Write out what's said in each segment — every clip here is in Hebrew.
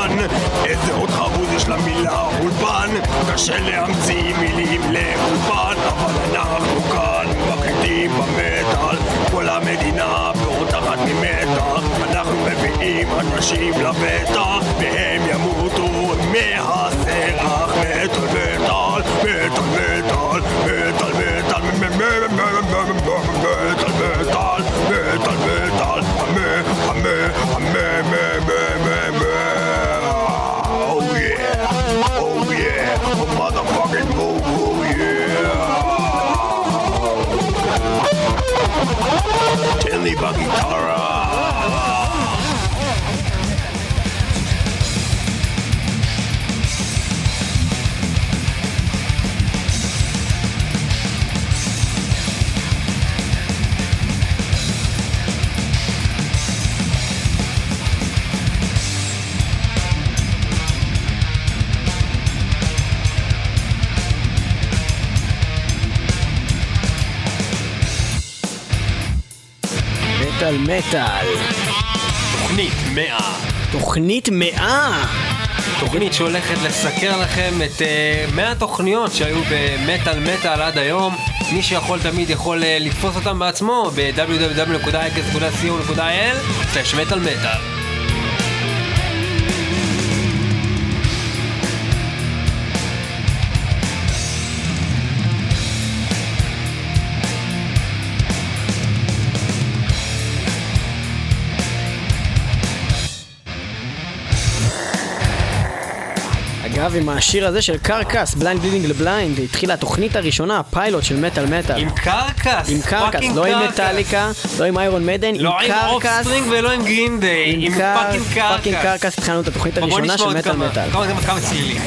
אולפן. איזה עוד חרוז יש למילה אולפן, קשה להמציא מילים לאולפן, אבל אנחנו כאן מקליטים במטל, כל המדינה פורטחת ממתח, אנחנו מביאים אנשים לבטח והם ימותו מהסרח. מטל מטל מטל מטל מטל מטל מטל תן לי בגיטרה. מטל מטל. תוכנית 100. תוכנית 100. תוכנית שהולכת לסקר לכם את 100 תוכניות שהיו במטל מטל עד היום. מי שיכול תמיד יכול לתפוס אותם בעצמו ב-www.x.co.il/מטל-מטל. אגב, עם השיר הזה של קרקס, בליינד בלידינג לבליינד, התחילה התוכנית הראשונה, הפיילוט של מטל מטל. עם קרקס? עם קרקס, לא עם מטליקה, לא עם איירון מדן, עם קרקס. לא עם אופסטרינג ולא עם גרין דיי, עם פאקינג קרקס. פאקינג קרקס, התחלנו את התוכנית הראשונה של מטל מטל. כמה צלילים.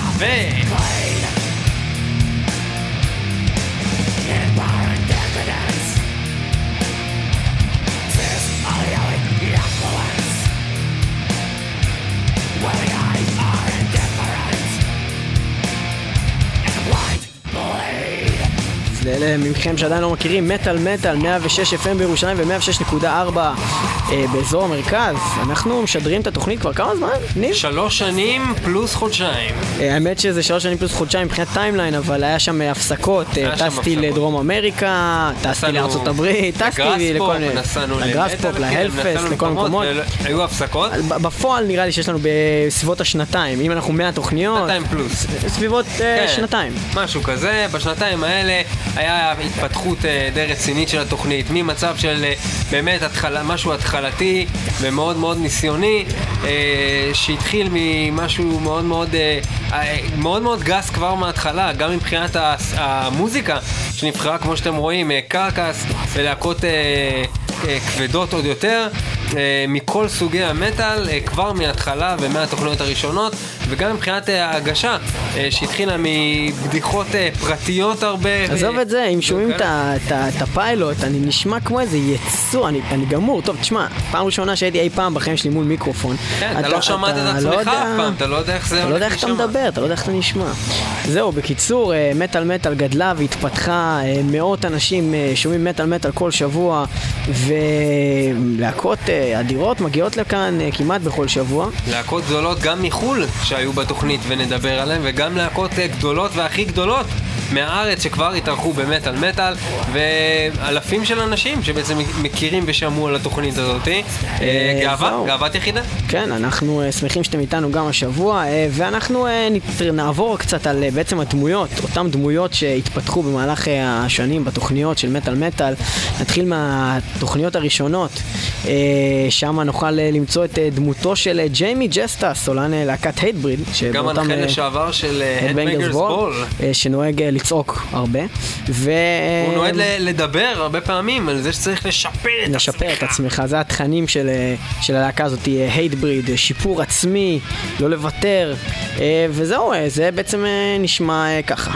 לאלה מכם שעדיין לא מכירים, מטל מטל 106 FM בירושלים ו106.4 באזור המרכז. אנחנו משדרים את התוכנית כבר כמה זמן? 3 שנים פלוס חודשיים. האמת שזה 3 שנים פלוס חודשיים מבחינת טיימליין, אבל היה שם הפסקות. טסתי לדרום אמריקה, טסתי לארצות הברית, טסתי לגרספופ, להלפס, לכל המקומות. היו הפסקות? בפועל נראה לי שיש לנו בסביבות השנתיים. אם אנחנו 100 תוכניות, שנתיים פלוס. סביבות שנתיים. משהו כזה. בשנתיים האלה היה התפתחות די רצינית של התוכנית, ממצב של באמת משהו התחלתי ומאוד מאוד ניסיוני, שהתחיל ממשהו מאוד מאוד מאוד גס כבר מההתחלה, גם מבחינת המוזיקה שנבחרה, כמו שאתם רואים, קרקס ולהקות כבדות עוד יותר מכל סוגי המטל כבר מההתחלה ומהתוכניות הראשונות, וגם מבחינת ההגשה שהתחילה מבדיחות פרטיות הרבה. עזוב את זה, אם שומעים את הפיילוט, אני נשמע כמו איזה יצור, אני גמור. טוב, תשמע, פעם ראשונה שהייתי אי פעם בחיים שלי מול מיקרופון. כן, אתה לא שמעת את עצמך אף פעם, אתה לא יודע איך זה הולך להישמע. אתה לא יודע איך אתה מדבר, אתה לא יודע איך אתה נשמע. זהו, בקיצור, מטל מטל גדלה והתפתחה, מאות אנשים שומעים מטל מטל כל שבוע, ולהקות אדירות מגיעות לכאן כמעט בכל שבוע. להקות גדולות גם מחול שהיו בתוכנית ונדבר עליהם, וגם להקות גדולות והכי גדולות מהארץ שכבר התארחו במטל מטל, ואלפים של אנשים שבעצם מכירים ושמעו על התוכנית הזאת. גאוות יחידה? כן, אנחנו שמחים שאתם איתנו גם השבוע, ואנחנו נעבור קצת על בעצם הדמויות, אותם דמויות שהתפתחו במהלך השנים בתוכניות של מטל מטל. נתחיל מהתוכניות הראשונות, שם נוכל למצוא את דמותו של ג'יימי ג'סטה, סולן להקת הייטבריד, גם מנחה לשעבר של Headbangers Ball, שנוהג לצעוק הרבה, הוא נוהג לדבר הרבה פעמים על זה שצריך לשפר את עצמך. זה התכנים של הלהקה הזאת, הייטבריד, שיפור עצמי, לא לוותר, וזהו, זה בעצם נשמע ככה.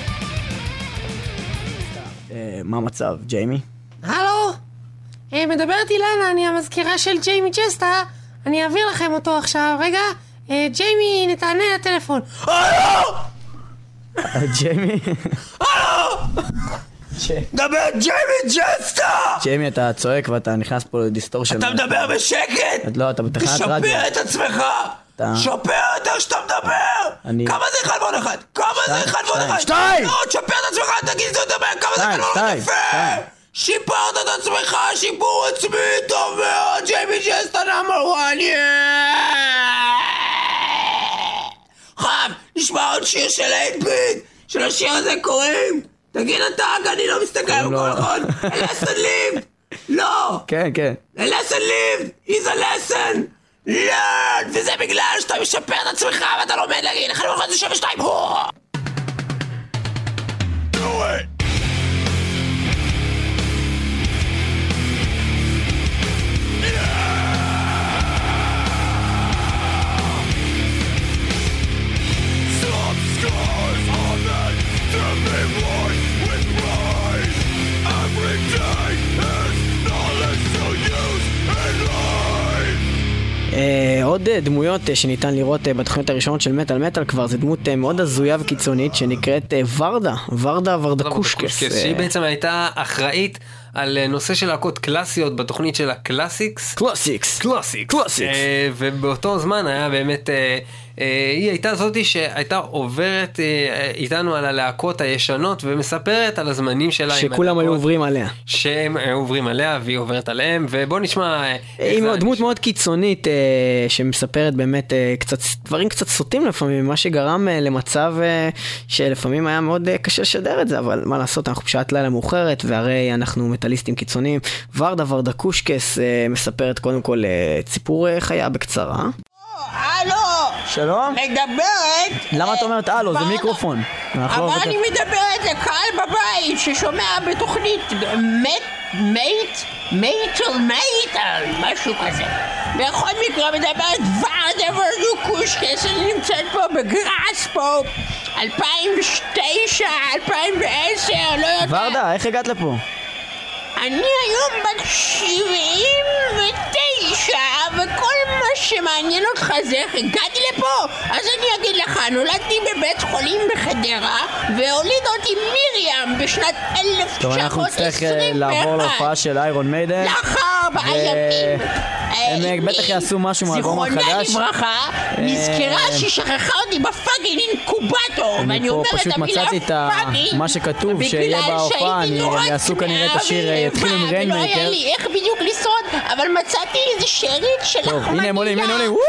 מה המצב, ג'יימי? הלו, מדברת אילנה, אני המזכירה של ג'יימי ג'סטה, אני אעביר לכם אותו עכשיו. רגע, ג'יימי, נתענה לטלפון. הלו! ג'יימי? הלו! דבר ג'יימי ג'סטה! ג'יימי, אתה צועק ואתה נכנס פה לדיסטורשן. אתה מדבר בשקט! לא, אתה בתחנת רדיו. תשפר את עצמך! שפר את איך שאתה מדבר! כמה זה 1 ועוד 1? כמה זה 1 ועוד 1? 2! לא, תשפר את עצמך, תגיד את זה מדבר! כמה זה 1 ועוד 1? יפה! שיפרת את עצמך, שיפור עצמי טוב מאוד! ג'יימי ג'סטה נאמר 1! חב, נשמע עוד שיר של 8-ביט! של השיר הזה קוראים! תגיד אתה, אני לא מסתכל בכל נכון! lesson lived! לא! כן, כן. A lesson lived is a lesson learned! וזה בגלל שאתה משפר את עצמך ואתה לומד להגיד 1 ועוד 1 זה 7 2! Do it! עוד דמויות שניתן לראות בתוכניות הראשונות של מטל כבר, זה דמות מאוד הזויה וקיצונית שנקראת ורדה ורדקושקס. שהיא בעצם הייתה אחראית על נושא של להקות קלאסיות בתוכנית של הקלאסיקס. קלאסיקס. ובאותו זמן היה באמת, היא הייתה זאתי שהייתה עוברת איתנו על הלהקות הישנות ומספרת על הזמנים שלה. שכולם היו עוברים עליה. שהם עוברים עליה והיא עוברת עליהם, ובוא נשמע... היא דמות מאוד קיצונית שמספרת באמת דברים קצת סוטים לפעמים, מה שגרם למצב שלפעמים היה מאוד קשה לשדר את זה, אבל מה לעשות, אנחנו בשעת לילה מאוחרת, והרי אנחנו מטליסטים קיצוניים. ורדה ורדקושקס מספרת קודם כל סיפור חיה בקצרה. הלו! שלום? מדברת! למה את אומרת הלו? זה מיקרופון. אבל אני מדברת לקהל בבית ששומע בתוכנית מייטל, משהו כזה. בכל מקרה מדברת ורדה ורדקושקס, אני נמצאת פה בגראספופ 2009, 2010, לא יודעת. ורדה, איך הגעת לפה? אני היום בת 79, וכל מה שמעניין אותך זה איך הגעתי לפה. אז אני אגיד לך, נולדתי בבית חולים בחדרה, והוליד אותי מרים בשנת 1921. טוב, אנחנו נצטרך לעבור להופעה של איירון מיידן. לאחר 4 ימים. הם בטח יעשו משהו מהאלבום החדש. זיכרונה לברכה, נזכרה שהיא שכחה אותי בפאגינג אינקובטור, ואני אומרת את המילה פאגינג. אני פה פשוט מצאתי מה שכתוב שיהיה בהופעה, הם יעשו כנראה את השיר, יתחילו עם ריינמקר. ולא היה לי איך בדיוק לשרוד, אבל מצאתי איזה שארית של טוב, הנה הם עולים.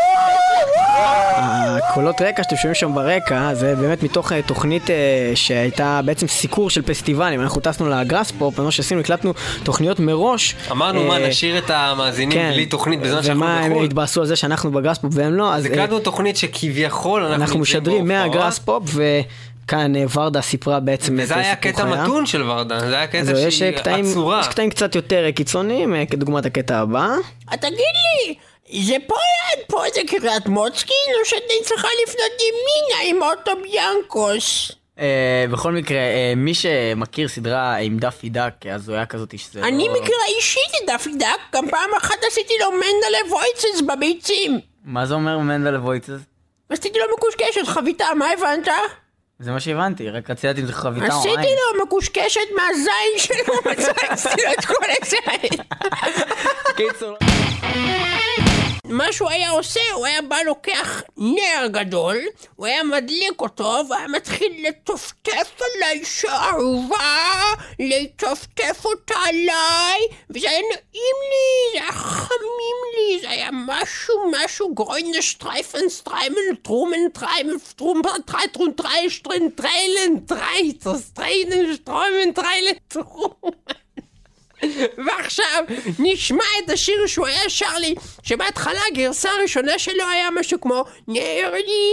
הקולות רקע שאתם שומעים שם ברקע, זה באמת מתוך תוכנית שהייתה בעצם סיקור של פסטיבלים. אנחנו טסנו לגראספופ, מה שעשינו, הקלטנו תוכניות מראש. אמרנו מה, נשאיר את המאזינים בלי תוכנית בזמן שאנחנו בחול. ומה, הם התבאסו על זה שאנחנו בגראספופ והם לא. אז הקלטנו תוכנית שכביכול אנחנו משדרים מהגראספופ כאן ורדה סיפרה בעצם וזה היה קטע מתון של ורדה, זה היה קטע שהיא עצורה. יש קטעים קצת יותר קיצוניים, כדוגמת הקטע הבא. תגיד לי, זה פה ליד פה זה קריית מוצקין, או שאני צריכה לפנות ימינה עם אוטו ביאנקוס? בכל מקרה, מי שמכיר סדרה עם דאפי דאק, אז הוא היה כזאת שזה לא... אני מכירה אישית את דאפי דאק, גם פעם אחת עשיתי לו מנדלה וויצס בביצים. מה זה אומר מנדלה וויצס? עשיתי לו מקושקשת חביתה, מה הבנת? זה מה שהבנתי, רק רציתי לדעת אם זה חביתה או עין. עשיתי לו מקושקשת מהזין שלו, מצחתי לו את כל הזין. קיצור. מה שהוא היה עושה, הוא היה בא לוקח נר גדול, הוא היה מדליק אותו, והיה מתחיל לטפטף עליי שערובה, לטפטף אותה עליי, וזה היה נעים לי, זה היה חמים לי, זה היה משהו גרוינדה שטרייפן, סטריימן, טרומן, טריימן, טרום, טריישטרן, טריילן, טרייטוס, טריינן, שטרומן, טריילן, טרומן. ועכשיו נשמע את השיר שהוא היה שר לי, שבהתחלה הגרסה הראשונה שלו היה משהו כמו נר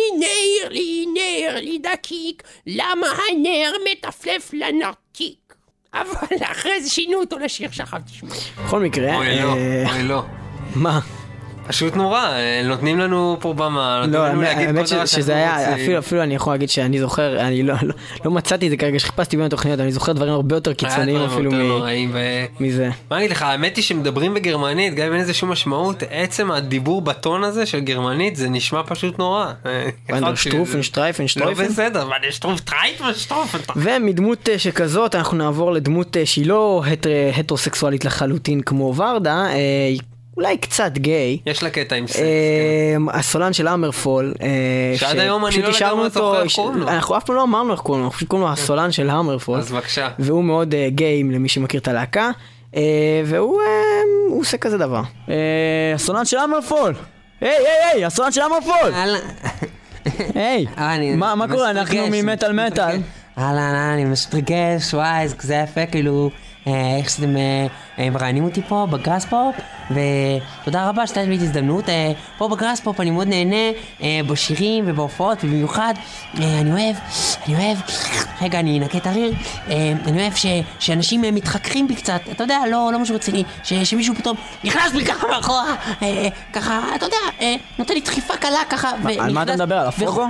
לי דקיק, למה הנר מטפלף לנרתיק. אבל אחרי זה שינו אותו לשיר שעכשיו תשמע. בכל מקרה אוי לא מה? פשוט נורא, נותנים לנו פה במה, נותנים לנו להגיד כל דבר שזה היה, אפילו אני יכול להגיד שאני זוכר, אני לא מצאתי את זה כרגע, שחיפשתי בין התוכניות, אני זוכר דברים הרבה יותר קיצוניים אפילו מזה. מה אני לך, האמת היא שמדברים בגרמנית, גם אם אין איזה שום משמעות, עצם הדיבור בטון הזה של גרמנית, זה נשמע פשוט נורא. שטרופן, שטרייפן. לא בסדר, מה שטרופן. ומדמות שכזאת אנחנו נעבור לדמות שהיא לא הטרוסקסואלית לחלוטין כמו ורדה, אולי קצת גיי. יש לה קטע עם סקס. הסולן של המרפול. שעד היום אני לא לגמרי זוכר איך קוראים לו. אנחנו אף פעם לא אמרנו איך קוראים לו, אנחנו פשוט קוראים לו הסולן של המרפול. אז בבקשה. והוא מאוד גיי למי שמכיר את הלהקה. והוא עושה כזה דבר. הסולן של המרפול! היי, הסולן של המרפול! היי, מה קורה? אנחנו ממטל מטל. אני משתרגש, וואי, זה כזה יפה, כאילו, איך שאתם מראיינים אותי פה בגראס פופ, ותודה רבה שתת לי את הזדמנות. פה בגראס פופ אני מאוד נהנה בשירים ובהופעות, ובמיוחד אני אוהב, רגע, אני אנקה את הריר, אני אוהב שאנשים מתחככים בי קצת, אתה יודע, לא משהו רציני, שמישהו פתאום נכנס בי ככה מאחורה, ככה, אתה יודע, נותן לי דחיפה קלה ככה, על מה אתה מדבר? על הפוגו?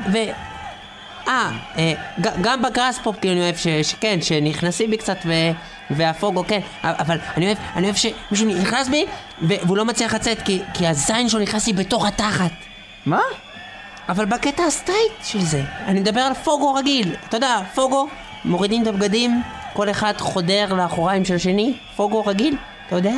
גם בגראס פופ אני אוהב שכן, שנכנסים בי קצת והפוגו, כן, אבל אני אוהב שמישהו נכנס בי והוא לא מצליח לצאת כי הזין שלו נכנס לי בתוך התחת. מה? אבל בקטע הסטרייט של זה, אני מדבר על פוגו רגיל, אתה יודע, פוגו, מורידים את הבגדים, כל אחד חודר לאחוריים של השני, פוגו רגיל, אתה יודע?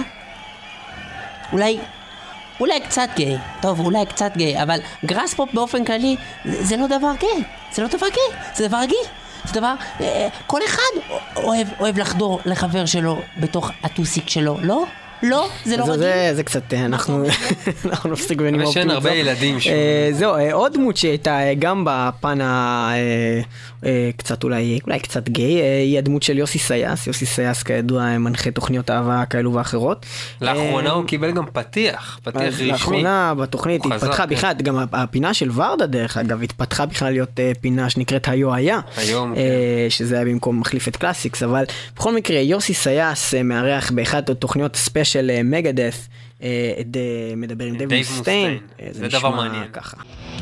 אולי קצת גיי, טוב, אולי קצת גיי, אבל גראס פופ באופן כללי זה לא דבר גיי, זה דבר רגיל, זה דבר, כל אחד אוהב לחדור לחבר שלו בתוך הטוסיק שלו, לא? לא, זה לא רגיל. זה קצת, אנחנו נפסיק בנימה אופטימית. יש הרבה ילדים שם. זהו, עוד דמות שהייתה גם בפן קצת אולי קצת גיי, היא הדמות של יוסי סייס. יוסי סייס כידוע מנחה תוכניות אהבה כאלו ואחרות. לאחרונה הוא קיבל גם פתיח רשמי. לאחרונה בתוכנית התפתחה בכלל, גם הפינה של ורדה דרך אגב, התפתחה בכלל להיות פינה שנקראת היו היה. היום. שזה היה במקום מחליף את קלאסיקס, אבל בכל מקרה יוסי סייס מארח באחת התוכניות ספיישל של מגדף, מדבר עם דייב מוסטיין. זה דבר מעניין. ככה.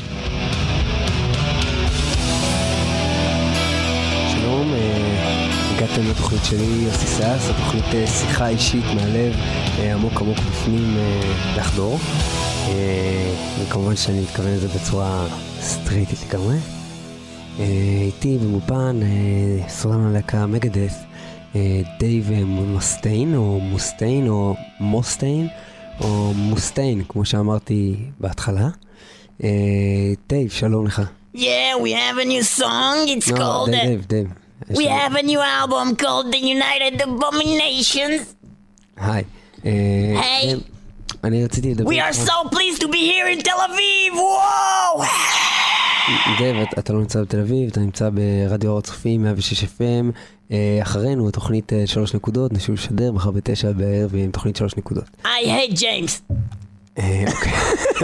שלום, הגעתם לתוכנית שלי, יוסי סייס, התוכנית שיחה אישית מהלב, עמוק בפנים לחדור. וכמובן שאני מתכוון לזה בצורה סטריטית לגמרי. איתי במובן, סולן הלהקה מגדף, דייב מוסטיין או מוסטיין או מוסטיין או מוסטיין, כמו שאמרתי בהתחלה. דייב, שלום לך. Yeah, we have a new song. It's called... דייב. We have a new album called The United Abominations. היי. Hey. אני רציתי לדבר... We are so pleased to be here in Tel Aviv. Whoa! דייב, אתה לא נמצא בתל אביב, אתה נמצא ברדיו אור הצופים, 106 FM. אחרינו, התוכנית 3 נקודות, נשוב לשדר מחר ב9 בערב עם תוכנית 3 נקודות. I hate James. אוקיי.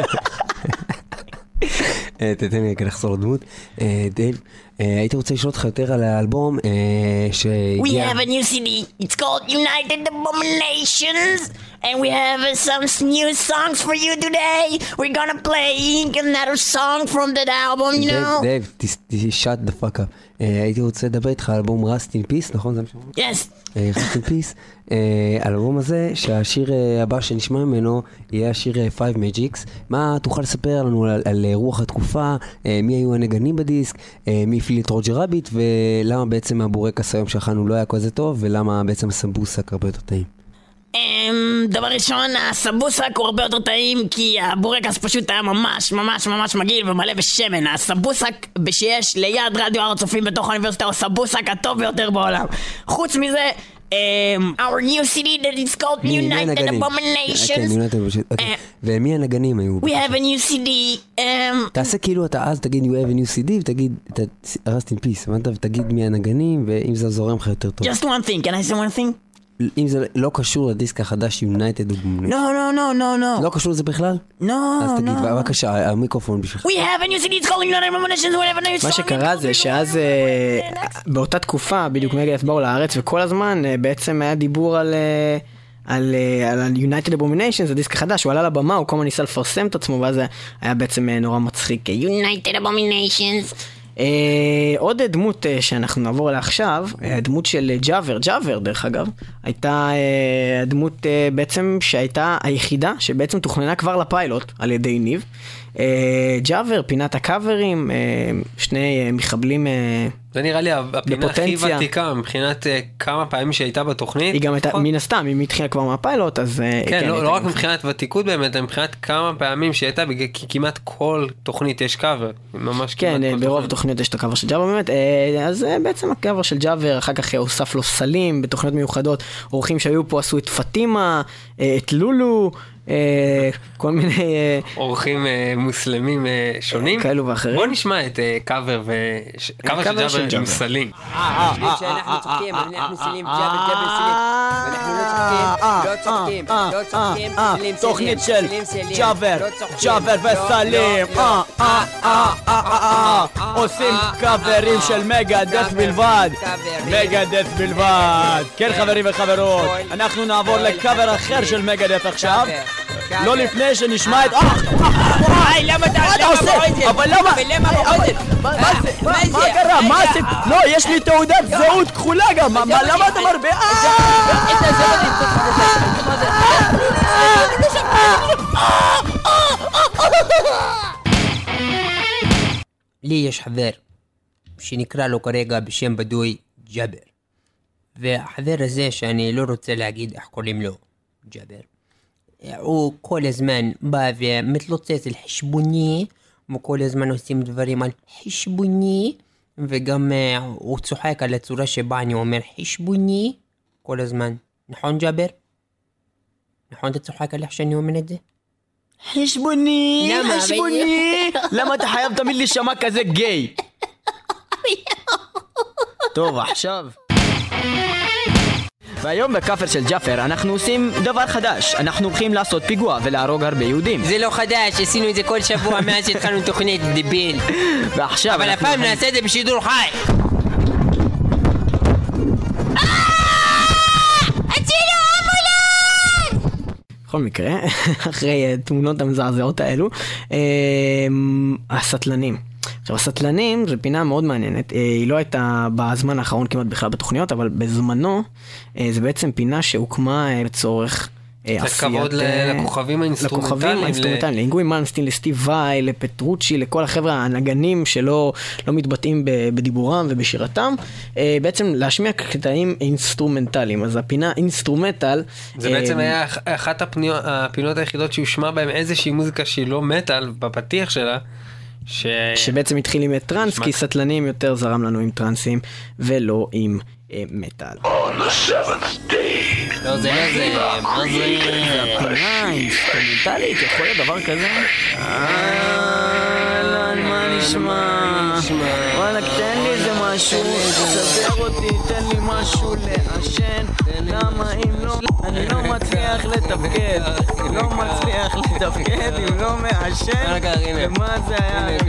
תתן לי לחזור לדמות. דייב, הייתי רוצה לשאול אותך יותר על האלבום We have a new CD. It's called United Abominations. And we have some new songs for you today. We're gonna play another song from that album, you know? דייב, shut the fuck up. הייתי רוצה לדבר איתך על אלבום Rust in Peace, נכון? זה מה שאומרים? Yes. Rust in Peace. האלבום הזה, שהשיר הבא שנשמע ממנו יהיה השיר 5 Magics. מה תוכל לספר לנו על רוח התקופה, מי היו הנגנים בדיסק, מי הפעיל את רוג'ר רביט, ולמה בעצם הבורקס היום שאכלנו לא היה כזה טוב, ולמה בעצם הסמבוסק הרבה יותר טעים. דבר ראשון, הסבוסק הוא הרבה יותר טעים כי הבורקס פשוט היה ממש מגעיל ומלא בשמן. הסבוסק שיש ליד רדיו הר הצופים בתוך האוניברסיטה הוא הסבוסק הטוב ביותר בעולם. חוץ מזה, our new CD that is called United Abominations. ומי הנגנים היו? We have a new CD. תעשה כאילו אתה אז תגיד you have a new CD ותגיד Rust in Peace, ותגיד מי הנגנים, ואם זה זורם לך יותר טוב. Just one thing, can I say one thing? אם זה לא קשור לדיסק החדש United Abominations. No. לא קשור לזה בכלל? No. אז תגיד, בבקשה, המיקרופון בשבילך. We have a new CD, it's called United Abominations, we have a new song. מה שקרה זה שאז באותה תקופה בדיוק מגדף באו לארץ, וכל הזמן בעצם היה דיבור על United Abominations, הדיסק החדש, הוא עלה לבמה, הוא כל הזמן ניסה לפרסם את עצמו, ואז היה בעצם נורא מצחיק. United Abominations. עוד דמות שאנחנו נעבור אליה עכשיו, דמות של ג'אבר דרך אגב, הייתה דמות בעצם שהייתה היחידה שבעצם תוכננה כבר לפיילוט על ידי ניב, ג'אבר, פינת הקאברים, שני מחבלים זה נראה לי הפינה הכי ותיקה מבחינת כמה פעמים שהייתה בתוכנית. היא גם הייתה, מן הסתם, אם היא התחילה כבר מהפיילוט, אז... כן, לא רק מבחינת ותיקות באמת, מבחינת כמה פעמים שהייתה, כי כמעט כל תוכנית יש קאבר. כן, ברוב התוכניות יש את הקאבר של ג'אבר באמת. אז בעצם הקאבר של ג'אבר, אחר כך הוסף לו סלים, בתוכניות מיוחדות, אורחים שהיו פה עשו את פטימה, את לולו, כל מיני אורחים מוסלמים שונים כאלו ואחרים. בוא נשמע את קאבר קאבר של ג'אבר עם סלים. שאנחנו צוחקים, אנחנו סלים, ג'אבר סלים, לא צוחקים, תוכנית של ג'אבר וסלים, עושים קאברים של מגדף בלבד, כן חברים וחברות, אנחנו נעבור לקאבר אחר של מגדף עכשיו, לא לפני שנשמע את... וואי, למה אתה עושה? אבל למה? מה קרה? מה עשית? לא, יש לי תעודת זהות כחולה גם, למה אתה מרבה? לי יש חבר שנקרא לו כרגע בשם בדוי ג'אבר, והחבר הזה שאני לא רוצה להגיד איך קוראים לו ג'אבר, הוא כל הזמן בא ומתלוצץ על חשבוני, וכל הזמן עושים דברים על חשבוני, וגם הוא צוחק על הצורה שבה אני אומר חשבוני כל הזמן. נכון ג'אבר? נכון אתה צוחק על איך שאני אומר את זה? חשבוני, למה אתה חייב תמיד להישמע כזה גיי? טוב, עכשיו והיום בקאפר של ג'אפר אנחנו עושים דבר חדש, אנחנו הולכים לעשות פיגוע ולהרוג הרבה יהודים. זה לא חדש, עשינו את זה כל שבוע מאז שהתחלנו תוכנית דיביל. ועכשיו אבל הפעם נעשה את זה בשידור חי. הצילו אמבולנס! בכל מקרה, אחרי תמונות המזעזעות האלו, הסטלנים. עכשיו, הסטלנים זו פינה מאוד מעניינת, היא לא הייתה בזמן האחרון כמעט בכלל בתוכניות, אבל בזמנו זה בעצם פינה שהוקמה לצורך עשיית... זה כבוד לכוכבים האינסטרומנטליים. לאינגוי מלמסטין, לסטיב ואי, לפטרוצ'י, לכל החבר'ה הנגנים שלא מתבטאים בדיבורם ובשירתם, בעצם להשמיע קטעים אינסטרומנטליים. אז הפינה אינסטרומנטל... זה בעצם היה אחת הפינות היחידות שהושמע בהם איזושהי מוזיקה שהיא לא מטל בפתיח שלה, שבעצם התחיל עם טרנס, כי סטלנים יותר זרם לנו עם טרנסים ולא עם מטל. לא, זה לא זה, מה זה? הפינה אינסטרומנטלית, יכול להיות דבר כזה? מה נשמע? וואלה, תן לי איזה משהו, תסדר אותי, תן לי משהו לעשן, למה אם לא, אני לא מצליח לתפקד, אם לא מעשן, ומה זה היה?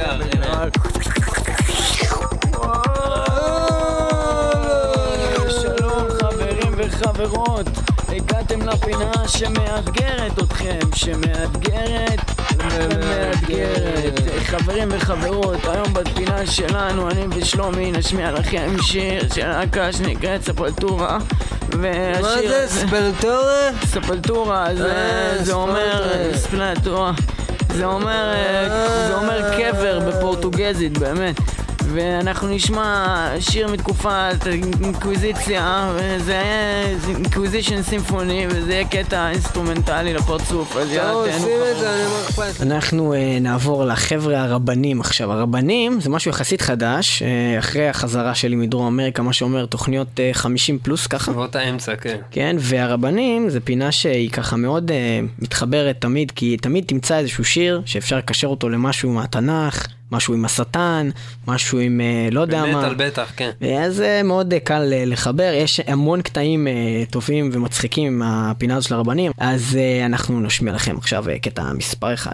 שלום חברים וחברות, הגעתם לפינה שמאתגרת אתכם, שמאתגרת חברים וחברות. היום בפינה שלנו אני ושלומי נשמיע לכם שיר של להקה שנקראת ספלטורה. מה זה ספלטורה? ספלטורה זה אומר ספלטורה, זה אומר קבר בפורטוגזית באמת. ואנחנו נשמע שיר מתקופת אינקוויזיציה, וזה יהיה אינקוויזישן סימפוני, וזה יהיה קטע אינסטרומנטלי לפרצוף. אנחנו נעבור לחבר'ה הרבנים עכשיו. הרבנים זה משהו יחסית חדש, אחרי החזרה שלי מדרום אמריקה, מה שאומר תוכניות 50 פלוס ככה. שבועות האמצע, כן. כן, והרבנים זה פינה שהיא ככה מאוד מתחברת תמיד, כי תמיד תמצא איזשהו שיר שאפשר לקשר אותו למשהו מהתנ"ך, משהו עם השטן, משהו עם לא יודע מה. מטל בטח, כן. אז זה מאוד קל לחבר, יש המון קטעים טובים ומצחיקים עם הפינה הזו של הרבנים, אז אנחנו נשמיע לכם עכשיו קטע מספר 1.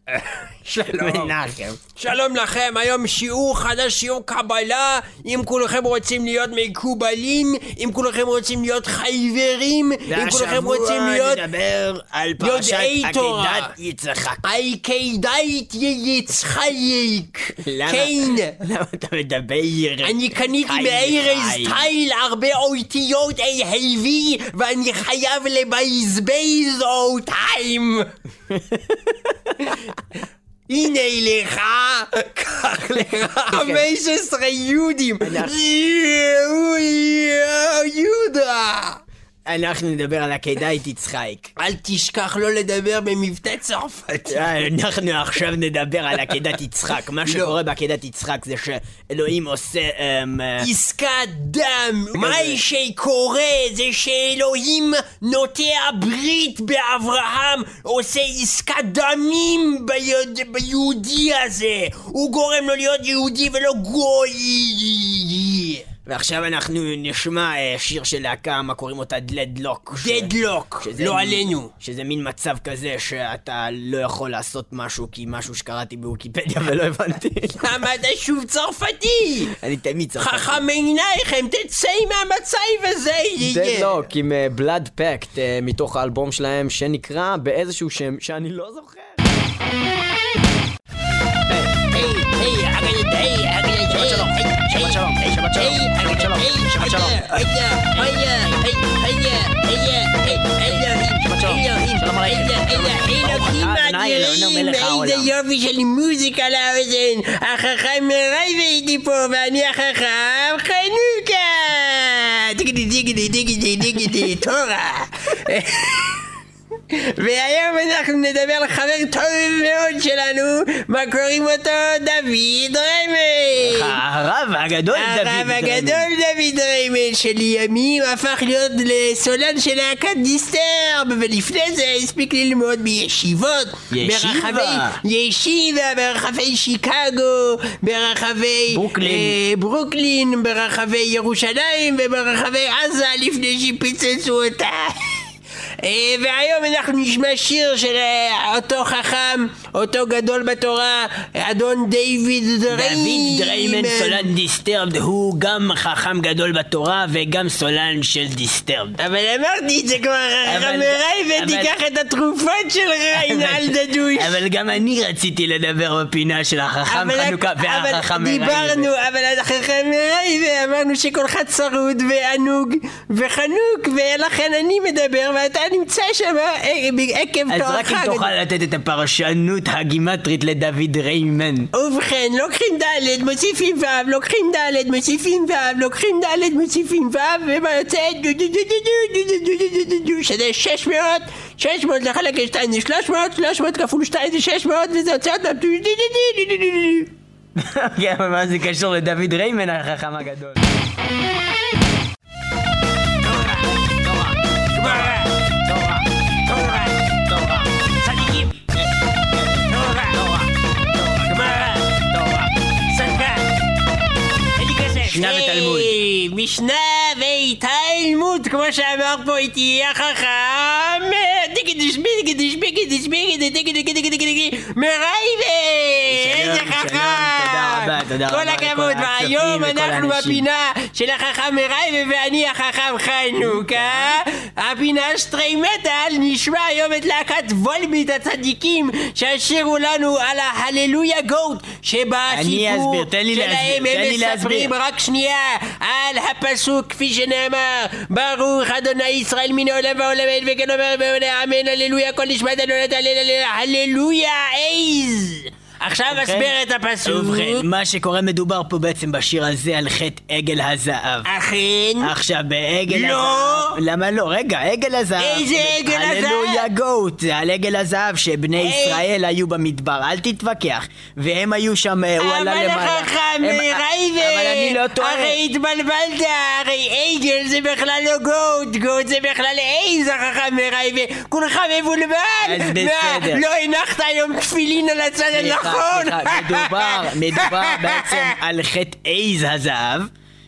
שלום. שלום לכם, היום שיעור חדש, שיעור קבלה. אם כולכם רוצים להיות מקובלים, אם כולכם רוצים להיות חייברים, אם כולכם רוצים להיות נדבר על פרשת עקדת יצחק. עקדת יצחק. למה אתה מדבר? אני קניתי מארז סטייל הרבה אותיות AV ואני חייב לבזבז אותם. הנה לך, קח לך 15 יהודים. יהודה. אנחנו נדבר על עקדת יצחק. אל תשכח לא לדבר במבטא צרפת. אנחנו עכשיו נדבר על עקדת יצחק. מה שקורה בעקדת יצחק זה שאלוהים עושה עסקת דם. מה שקורה זה שאלוהים נוטע ברית באברהם, עושה עסקת דמים ביהודי הזה. הוא גורם לו להיות יהודי ולא גוי. ועכשיו אנחנו נשמע שיר של להקה, מה קוראים אותה? דדלוק. דדלוק, לא עלינו. שזה מין מצב כזה שאתה לא יכול לעשות משהו כי משהו שקראתי בוויקיפדיה ולא הבנתי. למה אתה שוב צרפתי? אני תמיד צרפתי. חכם עינייכם, תצא מהמצב הזה. דדלוק עם בלאד פקט מתוך האלבום שלהם שנקרא באיזשהו שם שאני לא זוכר. איזה יופי של מוזיקה לאוזן. החכם מרי ואיתי פה ואני החכם חנוכה. דיגדי תורה. והיום אנחנו נדבר על חבר טוב מאוד שלנו, מה קוראים אותו? דוד ריימן. הרב הגדול דוד ריימן שלימים הפך להיות לסולן של להקת דיסטרב, ולפני זה הספיק ללמוד בישיבות ברחבי שיקגו, ברחבי ברוקלין, ברחבי ירושלים וברחבי עזה לפני שפיצצו אותה. והיום אנחנו נשמע שיר של אותו חכם, אותו גדול בתורה, אדון דוד ריימן, סולן דיסטרבד. הוא גם חכם גדול בתורה וגם סולן של דיסטרבד. אבל אמרתי את זה כבר, חכם ריימן, תיקח את התרופות של ריינל דדוש. אבל גם אני רציתי לדבר בפינה של החכם חנוכה והחכם ריימן. דיברנו, אבל החכם ריימן אמרנו שכל צרוד וענוג וחנוק, ולכן אני מדבר ואתה נמצא שם עקב תוארך. אז רק אם תוכל לתת את הפרשנות הגימטרית לדוד ריימן. ובכן, לוקחים ד' מוסיפים ו', לוקחים ד' מוסיפים ו', לוקחים ד' מוסיפים ו', ומה יוצא? שזה 600 לחלק 2 זה 300 כפול 2 זה 600, וזה יוצא עוד כן, אבל מה זה קשור לדוד ריימן החכם הגדול? משנה ותלמוד. משנה ותלמוד, כמו שאמר פה איתי החכם מריימן. איזה חכם. תודה רבה. כל הכבוד. והיום אנחנו בפינה של החכם מריימן ואני החכם חנוכה. הפינה שטרי מטל. נשמע היום את להקת וולביט הצדיקים שהשירו לנו על ההללויה גוט, שבסיפור שלהם הם מספרים רק שנייה על הפסוק כפי שנאמר ברוך אדוני ישראל מן העולם והעולמים וכן אומר אמן הללויה כל נשמת נולדת הללויה עז. עכשיו אסבר את הפסוק. ובכן, מה שקורה מדובר פה בעצם בשיר הזה על חטא עגל הזהב. אכן. עכשיו בעגל לא. הזהב. למה לא? רגע, עגל הזהב. איזה עגל הזהב? הללויה גוט. זה על עגל הזהב שבני ישראל היו במדבר. אל תתווכח. והם היו שם, הוא עלה למעלה. אבל החכם ריימן. אבל אני לא טועה. הרי התבלבלת. הרי עגל זה בכלל לא גוט. גוט זה בכלל עז החכם ריימן. כולך מבולבל. אז בסדר. לא הנחת היום תפילין על הצד הנכון. מדובר בעצם על חטא עז הזהב,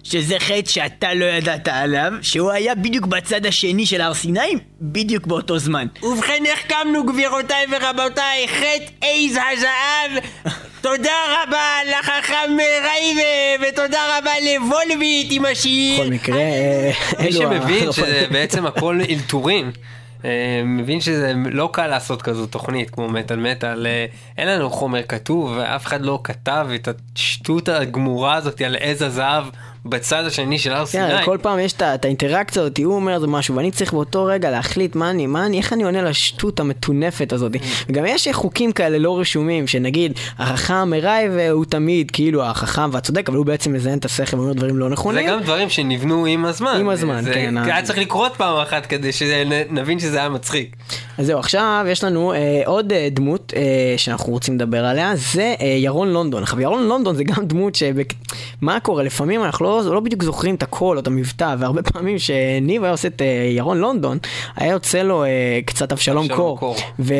שזה חטא שאתה לא ידעת עליו, שהוא היה בדיוק בצד השני של הר סיני, בדיוק באותו זמן. ובכן החכמנו גבירותיי ורבותיי, חטא עז הזהב. תודה רבה לחכם רייב, ותודה רבה לוולביט עם השיר. בכל מקרה, מי שמבין שבעצם הכל אלתורים, מבין שזה לא קל לעשות כזו תוכנית כמו מטל, אין לנו חומר כתוב ואף אחד לא כתב את השטות הגמורה הזאת על עז הזהב בצד השני של הר סיני. כל פעם יש את האינטראקציה הזאת, הוא אומר זה משהו ואני צריך באותו רגע להחליט איך אני עונה לשטות המטונפת הזאת. וגם יש חוקים כאלה לא רשומים, שנגיד החכם מראי והוא תמיד כאילו החכם והצודק, אבל הוא בעצם מזיין את השכל ואומר דברים לא נכונים. זה גם דברים שנבנו עם הזמן. עם הזמן, כן. היה צריך לקרות פעם אחת כדי שנבין שזה היה מצחיק. אז זהו, עכשיו יש לנו עוד דמות שאנחנו רוצים לדבר עליה, זה ירון לונדון. עכשיו ירון לונדון זה גם דמות מה קורה? לפעמים אנחנו לא בדיוק זוכרים את הקול או את המבטא, והרבה פעמים שניב היה עושה את ירון לונדון, היה יוצא לו קצת אבשלום קור.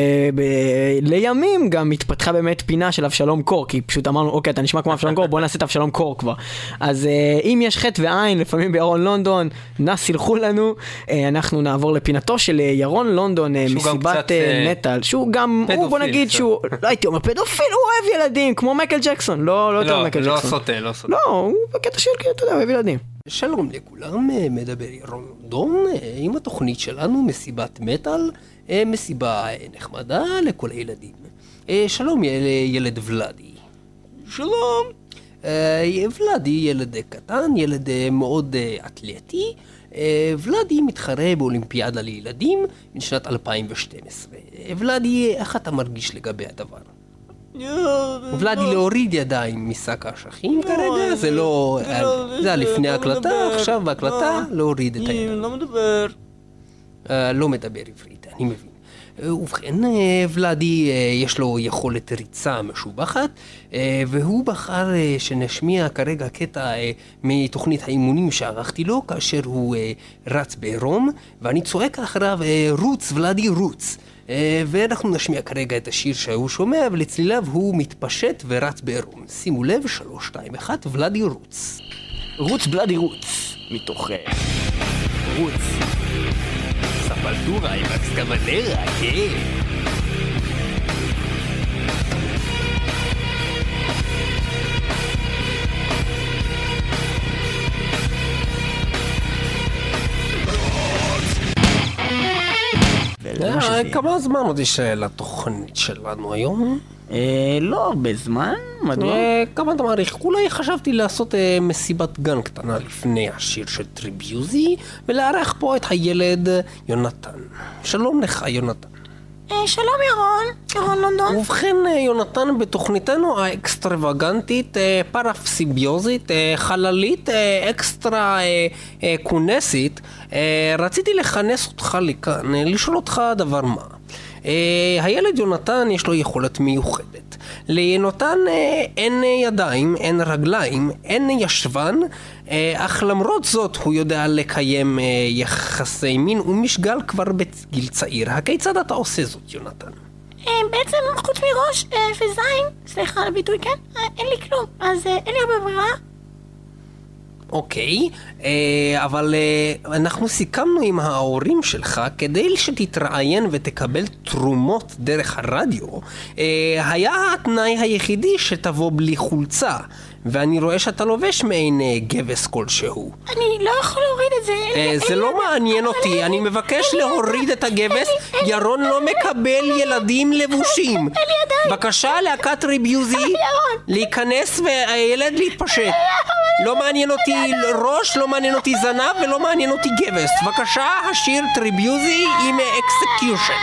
ולימים גם התפתחה באמת פינה של אבשלום קור, כי פשוט אמרנו, אוקיי, אתה נשמע כמו אבשלום קור, בוא נעשה את אבשלום קור כבר. אז אם יש חטא ועין, לפעמים בירון לונדון, סלחו לנו, אנחנו נעבור לפינתו של ירון לונדון, מסיבת מטל, שהוא גם, בוא נגיד שהוא, לא הייתי אומר פדופיל, הוא אוהב ילדים, כמו מייקל ג'קסון, לא יותר מייקל ג'קסון. לא סוטה. לא, הוא בקטע של, אתה יודע, אוהב ילדים. שלום לכולם, מדבר ירון לונדון, עם התוכנית שלנו, מסיבת מטל, מסיבה נחמדה לכל הילדים. שלום ילד ולדי. שלום. ולדי ילד קטן, ילד מאוד אתלטי. ולדי מתחרה באולימפיאדה לילדים משנת 2012. ולדי, איך אתה מרגיש לגבי הדבר? ולדי להוריד ידיים משק האשכים כרגע, זה לא... זה היה לפני ההקלטה, עכשיו בהקלטה להוריד את הידיים. לא מדבר. לא מדבר עברית, אני מבין. ובכן, ולדי יש לו יכולת ריצה משובחת, והוא בחר שנשמיע כרגע קטע מתוכנית האימונים שערכתי לו, כאשר הוא רץ בעירום, ואני צועק אחריו, רוץ ולדי רוץ. ואנחנו נשמיע כרגע את השיר שהוא שומע, ולצליליו הוא מתפשט ורץ בעירום. שימו לב, 3, 2, 1, ולדי רוץ. רוץ בלדי רוץ, מתוך רוץ. ספלטורה עם אקסקוודרה, כן. כמה זמן עוד יש לתוכנית שלנו היום? לא הרבה זמן, מדוע? כמה אתה מעריך? אולי חשבתי לעשות מסיבת גן קטנה לפני השיר של טריביוזי, ולארח פה את הילד יונתן. שלום לך יונתן. שלום ירון לונדון. ובכן יונתן, בתוכניתנו האקסטרווגנטית, פרפסיביוזית, חללית, אקסטרה כונסית, רציתי לכנס אותך לכאן, לשאול אותך דבר מה. הילד יונתן יש לו יכולת מיוחדת. ליונתן אין ידיים, אין רגליים, אין ישבן, אך למרות זאת הוא יודע לקיים יחסי מין ומשגל כבר בגיל צעיר. הכיצד אתה עושה זאת יונתן? בעצם חוץ מראש וזין, סליחה על הביטוי, כן? אין לי כלום, אז אין לי הרבה ברירה. אוקיי, אבל אנחנו סיכמנו עם ההורים שלך כדי שתתראיין ותקבל תרומות דרך הרדיו. היה התנאי היחידי שתבוא בלי חולצה, ואני רואה שאתה לובש מעין גבס כלשהו. אני לא יכול להוריד את זה. זה לא מעניין אותי, אני מבקש להוריד את הגבס. ירון לא מקבל ילדים לבושים. בבקשה להקת טריביוזי להיכנס והילד להתפשט. לא מעניין אותי ראש, לא מעניין אותי זנב ולא מעניין אותי גבס. בבקשה, השיר טריביוזי עם אקסקיושן.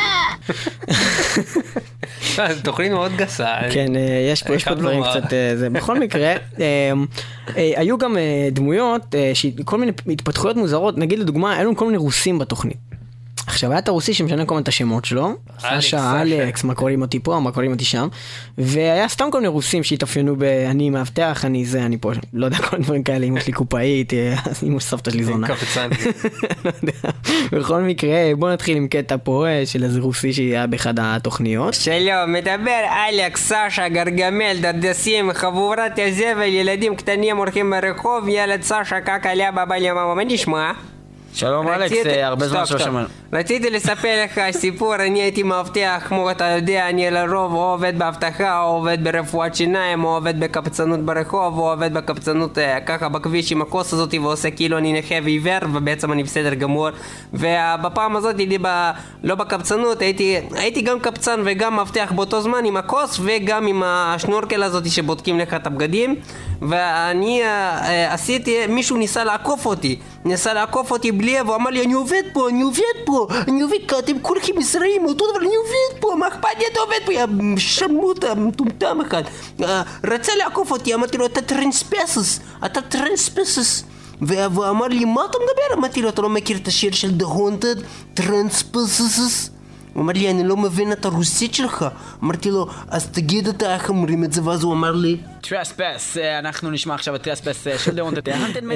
זו תוכנית מאוד גסה. כן, יש פה דברים קצת... בכל מקרה, היו גם דמויות, כל מיני התפתחויות מוזרות. נגיד לדוגמה, היו כל מיני רוסים בתוכנית. עכשיו היה את הרוסי שמשנה כל מיני את השמות שלו, סשה, אלכס, מה קוראים אותי פה, מה קוראים אותי שם, והיה סתם כל מיני רוסים שהתאפיינו אני מאבטח, אני זה, אני פה, לא יודע, כל דברים כאלה, אמא שלי קופאית, אמא סבתא שלי זונה. קפצן. בכל מקרה, בוא נתחיל עם קטע פה של איזה רוסי שהיה באחד התוכניות. שלום, מדבר אלכס, סשה, גרגמל, דרדסים, חבורת הזבל, ילדים קטנים הולכים ברחוב, ילד סשה, קק עליה בבא למאמה, מה נשמע? שלום אלכס, הרבה זמן שלא שמענו. רציתי לספר לך סיפור, אני הייתי מאבטח, כמו אתה יודע, אני לרוב או עובד באבטחה, או עובד ברפואת שיניים, או עובד בקפצנות ברחוב, או עובד בקפצנות ככה בכביש עם הכוס הזאת, ועושה כאילו אני נכה ועיוור, ובעצם אני בסדר גמור. ובפעם הזאת הייתי לא בקפצנות, הייתי גם קפצן וגם מאבטח באותו זמן עם הכוס, וגם עם השנורקל הזאת שבודקים לך את הבגדים. ואני עשיתי, מישהו ניסה לעקוף אותי בלי, והוא אמר לי, אני עובד פה, כי אתם כולכם ישראלים, אותו דבר, אני עובד פה, מה אכפת לי, אתה עובד פה, יא שמות, מטומטם אחד. רצה לעקוף אותי, אמרתי לו, אתה טרנספסס. והוא אמר לי, מה אתה מדבר? אמרתי לו, אתה לא מכיר את השיר של The Haunted, טרנספסס? הוא אמר לי, אני לא מבין את הרוסית שלך. אמרתי לו, אז תגיד אתה איך אומרים את זה, ואז הוא אמר לי טרספס, אנחנו נשמע עכשיו את טרספס של דאונטד.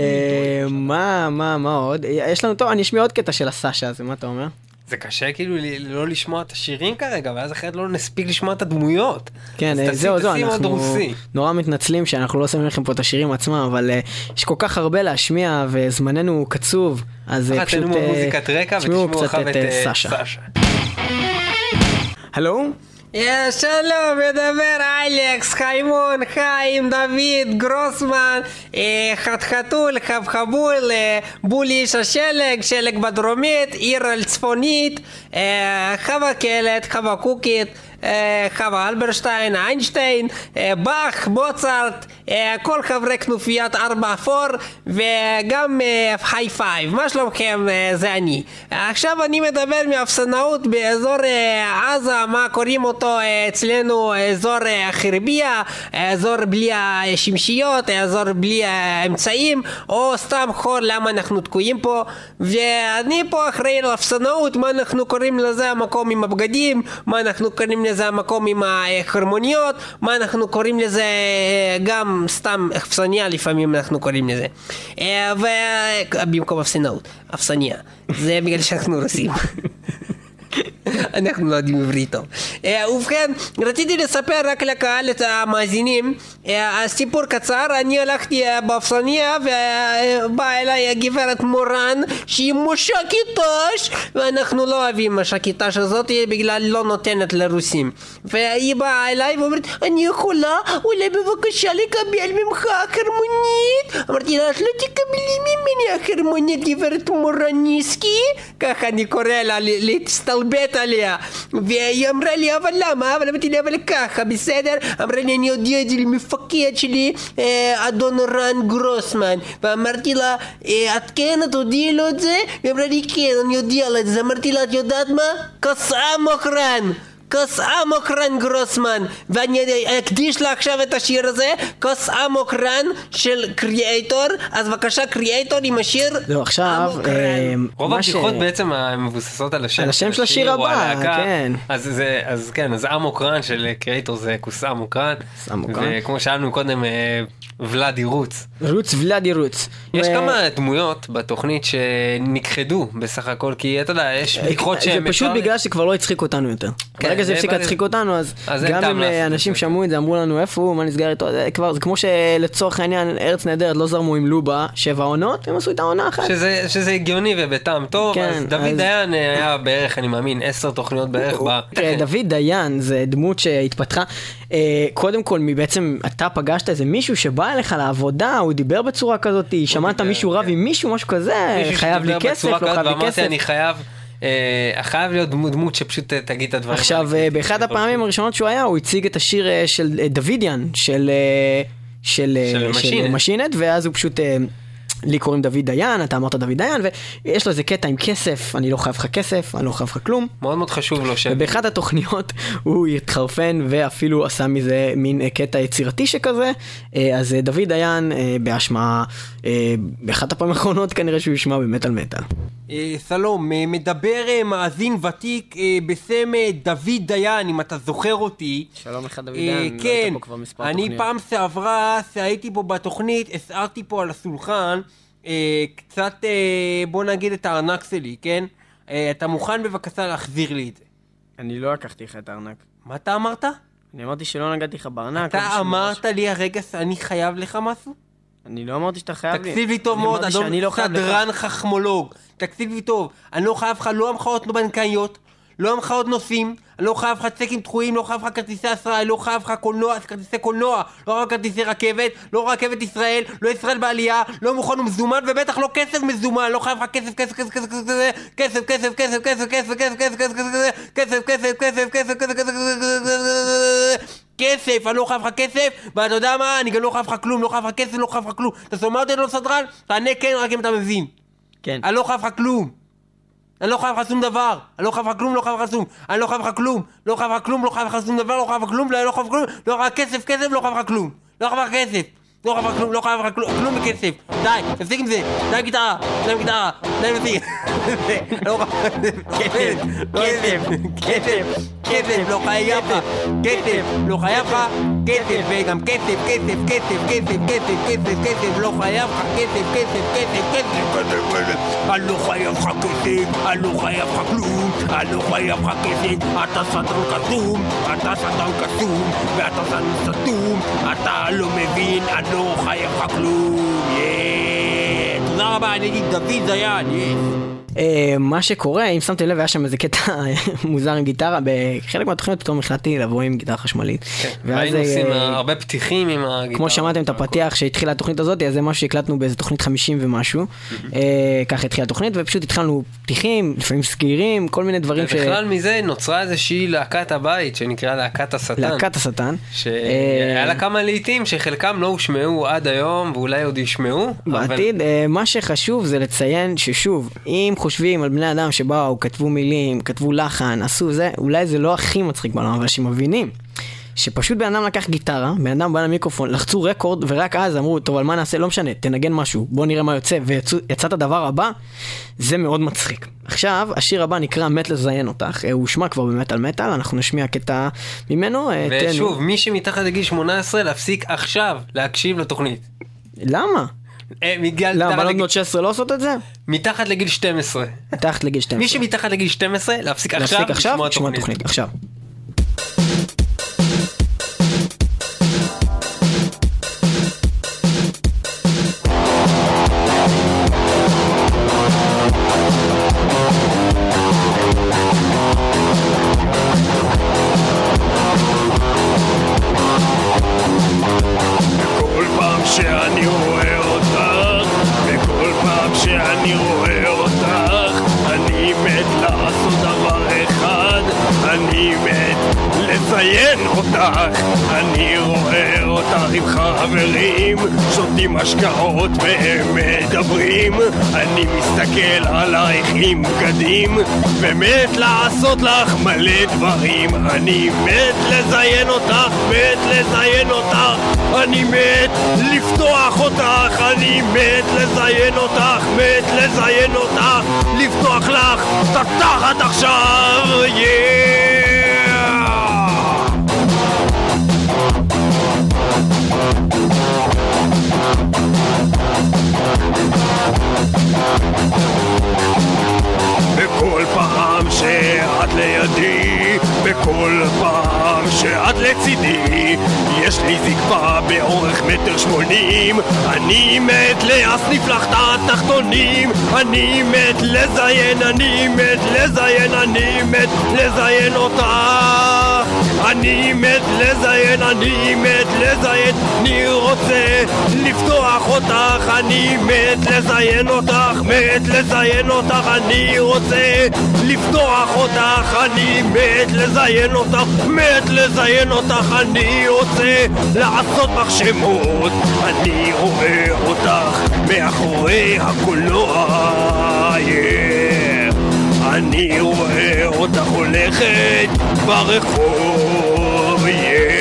מה עוד? יש לנו, טוב, אני אשמיע עוד קטע של הסשה הזה, מה אתה אומר? זה קשה כאילו לא לשמוע את השירים כרגע, ואז אחרת לא נספיק לשמוע את הדמויות. כן, זהו, אנחנו נורא מתנצלים שאנחנו לא שמים לכם פה את השירים עצמם, אבל יש כל כך הרבה להשמיע וזמננו קצוב, אז פשוט תשמעו קצת את סשה. הלו? שלום, מדבר אלכס, חיימון, חיים, דוד, גרוסמן, חתחתול, חבחבול, בולי איש השלג, שלג בדרומית, עיר על צפונית, חווה קלט, חווה קוקית, חווה אלברשטיין, איינשטיין, באך, מוצרט, כל חברי כנופיית 4-4 וגם היי פייב. מה שלומכם? זה אני. עכשיו אני מדבר מאפסנאות באזור עזה, מה קוראים אותו אצלנו אזור חרביה, אזור בלי השמשיות, אזור בלי האמצעים, או סתם חור למה אנחנו תקועים פה. ואני פה אחראי לאפסנאות, מה אנחנו קוראים לזה המקום עם הבגדים, מה אנחנו קוראים לזה המקום עם החרמוניות, מה אנחנו קוראים לזה גם סתם אפסניה לפעמים אנחנו קוראים לזה, ובמקום אפסנאות, אפסניה, זה בגלל שאנחנו רוסים. אנחנו לא יודעים עברית טוב. ובכן, רציתי לספר רק לקהל את המאזינים סיפור קצר. אני הלכתי באפסניה ובאה אליי הגברת מורן שהיא מש"קית-ת"ש, ואנחנו לא אוהבים מש"קית-ת"ש הזאת בגלל לא נותנת לרוסים, והיא באה אליי ואומרת, אני יכולה אולי בבקשה לקבל ממך חרמונית? אמרתי לה, לא תקבלי ממני החרמונית גברת מורניסקי, ככה אני קורא לה, להסתלבט עליה. והיא אמרה לי, אבל למה? אבל אמרתי לי, אבל ככה, בסדר? אמרה לי, אני יודע את זה למפקד שלי, אדון רן גרוסמן. ואמרתי לה, את כן, את הודיעה לו את זה? והיא אמרה לי, כן, אני יודע לה את זה. אמרתי לה, את יודעת מה? כסאמוק רן, כסאמוק רן גרוסמן. ואני אקדיש לה עכשיו את השיר הזה, כסאמוק רן של קריאייטור. אז בבקשה, קריאייטור עם השיר. לא, עכשיו רוב הבדיחות בעצם מבוססות על השם של השיר הבא, כן. אז כן, אז אמוק רן של קריאייטור זה כוסאמוק רן, וכמו שאלנו קודם, ולאדי רוץ. ולאדי רוץ. יש כמה דמויות בתוכנית שנכחדו בסך הכל, כי אתה יודע, יש בדיחות זה פשוט בגלל שכבר לא הצחיק אותנו יותר. ברגע זה הפסיק להצחיק אותנו, אז גם אם אנשים שמעו את זה, אמרו לנו איפה הוא, מה נסגר איתו, זה כמו שלצורך העניין ארץ נהדרת לא זרמו עם לובה 7 עונות, הם עשו את העונה אחת. שזה הגיוני ובטעם טוב. אז דוד דיין היה בערך, אני מאמין, 10 תוכניות בערך. דוד דיין זה דמות שהתפתחה, קודם כל בעצם אתה פגשת איזה מישהו שבא אליך לעבודה, הוא דיבר בצורה כזאת, שמעת מישהו רב עם מישהו, משהו כזה, חייב לי כסף, לא חייב לי כסף. אני חייב להיות דמות שפשוט תגיד את הדברים. עכשיו, באחד הפעמים הראשונות שהוא היה, הוא הציג את השיר של דוידיאן, של משינט, ואז הוא פשוט לי קוראים דוד דיין, אתה אמרת דוד דיין, ויש לו איזה קטע עם כסף, אני לא חייב לך כסף, אני לא חייב לך כלום. מאוד מאוד חשוב לו שם. ובאחד התוכניות הוא התחרפן ואפילו עשה מזה מין קטע יצירתי שכזה, אז דוד דיין בהשמעה, באחת הפעמים האחרונות כנראה שהוא ישמע במטל מטל. שלום, מדבר מאזין ותיק בשם דוד דיין, אם אתה זוכר אותי. שלום לך דוד דיין, כן, לא היית פה כבר מספר אני תוכניות. פעם שעברה שהייתי פה בתוכנית, הסערתי פה על הסולחן קצת, בוא נגיד את הארנק שלי, כן? אתה מוכן בבקשה להחזיר לי את זה? אני לא לקחתי לך את הארנק. מה אתה אמרת? אני אמרתי שלא נגעתי לך בארנק. אתה אמרת לי הרגע שאני חייב לך משהו? אני לא אמרתי שאתה חייב לי. תקשיב לי טוב מאוד, אני אמרתי שאני לא חייב לך. סדרן חכמולוג. תקשיב לי טוב, אני לא חייב לך לא המחאות בנקאיות, לא המחאות נוסעים, אני לא חייב לך צ'קים דחויים, לא חייב לך כרטיסי אשראי, לא חייב לך קולנוע, כרטיסי קולנוע, לא חייב כרטיסי רכבת, לא רכבת ישראל, לא ישראל בעלייה, לא מוכן ומזומן, ובטח לא כסף מזומן, לא חייב לך כסף, כסף, כסף, כסף, כסף, כסף, כסף, כסף, כסף, כסף, כסף, אני לא חייב לך כסף, ואתה יודע מה, אני גם לא חייב לך כלום, לא חייב לך כסף, לא חייב לך כלום. אתה שומע אותי לא סדרן? תענה כן, רק אם אתה מבין. כן. אני לא חייב לך כלום. אני לא חייב לך שום דבר. אני לא חייב לך כלום, לא חייב לך שום. אני לא חייב לך כלום. לא חייב לך כלום, לא חייב לך שום דבר, לא חייב לך כלום, לא חייב לך כלום. לא חייב לך כסף, כסף, לא חייב לך כלום. לא חייב לך כסף. לא חייב לך כלום, לא חייב לך כלום בכסף. די, תפסיק עם זה. די גיטרה, די גיטרה. די מפסיק. לא חייב כסף, כסף, כסף, לא חייב לך. כסף, לא חייב לך. כסף, וגם כסף, כסף, כסף, כסף, כסף, כסף, כסף, לא חייב לך. כסף, כסף, כסף, כסף. אני לא חייב לך כסף, אני לא חייב לך כלום, אני לא חייב לך כסף, אתה סטרן קסום, אתה סטרן קסום, ואתה סטרן סתום, אתה לא מבין, אני לא חייב לך כלום, תודה רבה, אני אגיד דוד דיין, מה שקורה, אם שמתם לב, היה שם איזה קטע מוזר עם גיטרה, בחלק מהתוכניות פתאום החלטתי לבוא עם גיטרה חשמלית. והיינו עושים הרבה פתיחים עם הגיטרה. כמו שמעתם את הפתיח שהתחילה התוכנית הזאת, אז זה משהו שהקלטנו באיזה תוכנית 50 ומשהו. ככה התחילה התוכנית, ופשוט התחלנו פתיחים, לפעמים סגירים, כל מיני דברים ובכלל מזה נוצרה איזושהי להקת הבית, שנקרא להקת השטן. להקת השטן. שהיה לה כמה לעיתים שחלקם לא הושמעו עד היום, ואולי עוד ישמעו. בעתיד, מה שחשוב זה לציין ששוב, אם חושבים על בני אדם שבאו, כתבו מילים, כתבו לחן, עשו זה, אולי זה לא הכי מצחיק בעולם, אבל שמבינים שפשוט בן אדם לקח גיטרה, בן אדם בא למיקרופון, לחצו רקורד, ורק אז אמרו, טוב, על מה נעשה? לא משנה, תנגן משהו, בוא נראה מה יוצא, ויצא את הדבר הבא, זה מאוד מצחיק. עכשיו, השיר הבא נקרא מת לזיין אותך, הוא שמע כבר במטל מטל, אנחנו נשמיע קטע ממנו. ושוב, מי שמתחת לגיל 18, להפסיק עכשיו להקשיב לתוכנית. למה? למה, בנות בנות 16 לא עושות את זה? מתחת לגיל 12. מתחת לגיל 12. מי שמתחת לגיל 12, להפסיק עכשיו לשמוע תוכנית. עכשיו. כל פעם שאני רואה אותך, וכל פעם שאני רואה אותך, אני מת לעשות דבר אחד, אני מת לציין אותך. אני רואה אותך עם חברים, שותים השקעות והם מדברים, אני מסתכל עלייך עם בגדים, ומת לעשות לך מלא דברים. אני מת לזיין אותך, מת לזיין אותך, אני מת לפתוח אותך, אני מת לזיין אותך, מת לזיין אותך, לפתוח לך את התחת עכשיו, בכל פעם שאת לידי, בכל פעם שאת לצידי, יש לי זקפה באורך 1.80 מטר, אני מת להסניף לך את התחתונים, אני מת לזיין, אני מת לזיין, אני מת לזיין אותך, אני מת לזיין, אני מת לזיין, אני רוצה לפתוח אותך, אני מת לזיין אותך, מת לזיין אותך, אני רוצה לפתוח אותך, אני מת לזיין אותך, מת לזיין אותך, אני רוצה לעשות בך שמות, אני רואה אותך מאחורי הקולנוע, אני רואה אותך הולכת ברחוב,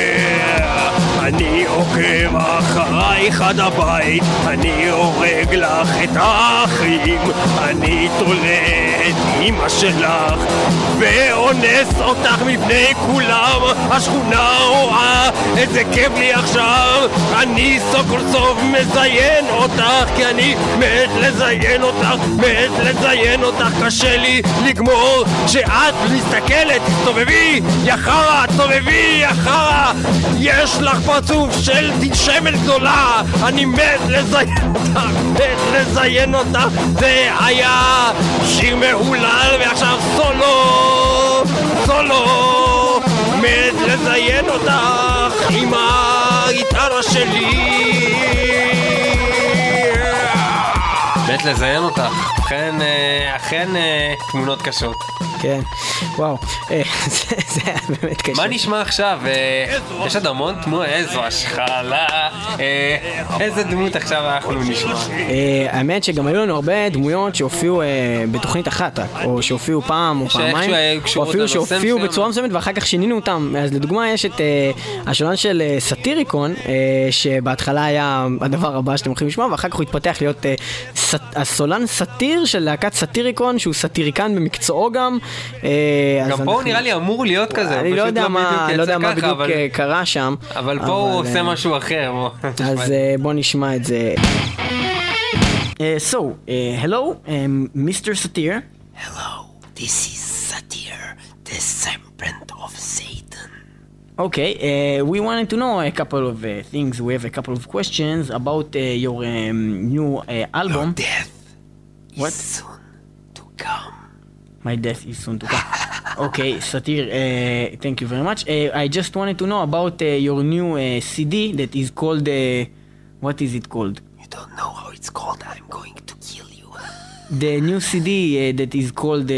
אני עוקב אחרייך עד הבית, אני הורג לך את האחים, אני תולה את אמא שלך ואונס אותך מפני כולם, השכונה רואה, איזה כיף לי עכשיו, אני סוף כל סוף מזיין אותך, כי אני מת לזיין אותך, מת לזיין אותך, קשה לי לגמור כשאת מסתכלת, תסתובבי יחרה, תסתובבי יחרה, יש לך פרצוף של שמן גדולה, אני מת לזיין אותך, מת לזיין אותך, זה היה שיר מהולל ועכשיו סולו, סולו, מת לזיין אותך עם הגיטרה שלי, מת לזיין אותך, אכן תמונות קשות. כן, וואו, זה היה באמת קשה. מה נשמע עכשיו? יש עוד המון תמונות, איזו השחלה, איזה דמות עכשיו אנחנו נשמע? האמת שגם היו לנו הרבה דמויות שהופיעו בתוכנית אחת, או שהופיעו פעם או פעמיים, או אפילו שהופיעו בצורה מסוימת ואחר כך שינינו אותם. אז לדוגמה יש את השולן של סאטיריקון, שבהתחלה היה הדבר הבא שאתם הולכים לשמוע, ואחר כך הוא התפתח להיות הסולן סאטיר של להקת סאטיריקון, שהוא סאטיריקן במקצועו גם. גם פה הוא נראה לי אמור להיות כזה, אני לא יודע מה בדיוק קרה שם, אבל פה הוא עושה משהו אחר. אז בוא נשמע את זה. So, hello, Mr. Satir. Hello, this is Satir, the serpent of Satan. Okay, we wanted to know a couple of things. We have a couple of questions about your new album. Your death What? is soon to come. My death is soon to come. Okay, Satir, thank you very much. I just wanted to know about your new CD that is called... what is it called? You don't know how it's called. I'm going to kill you. The new CD that is called...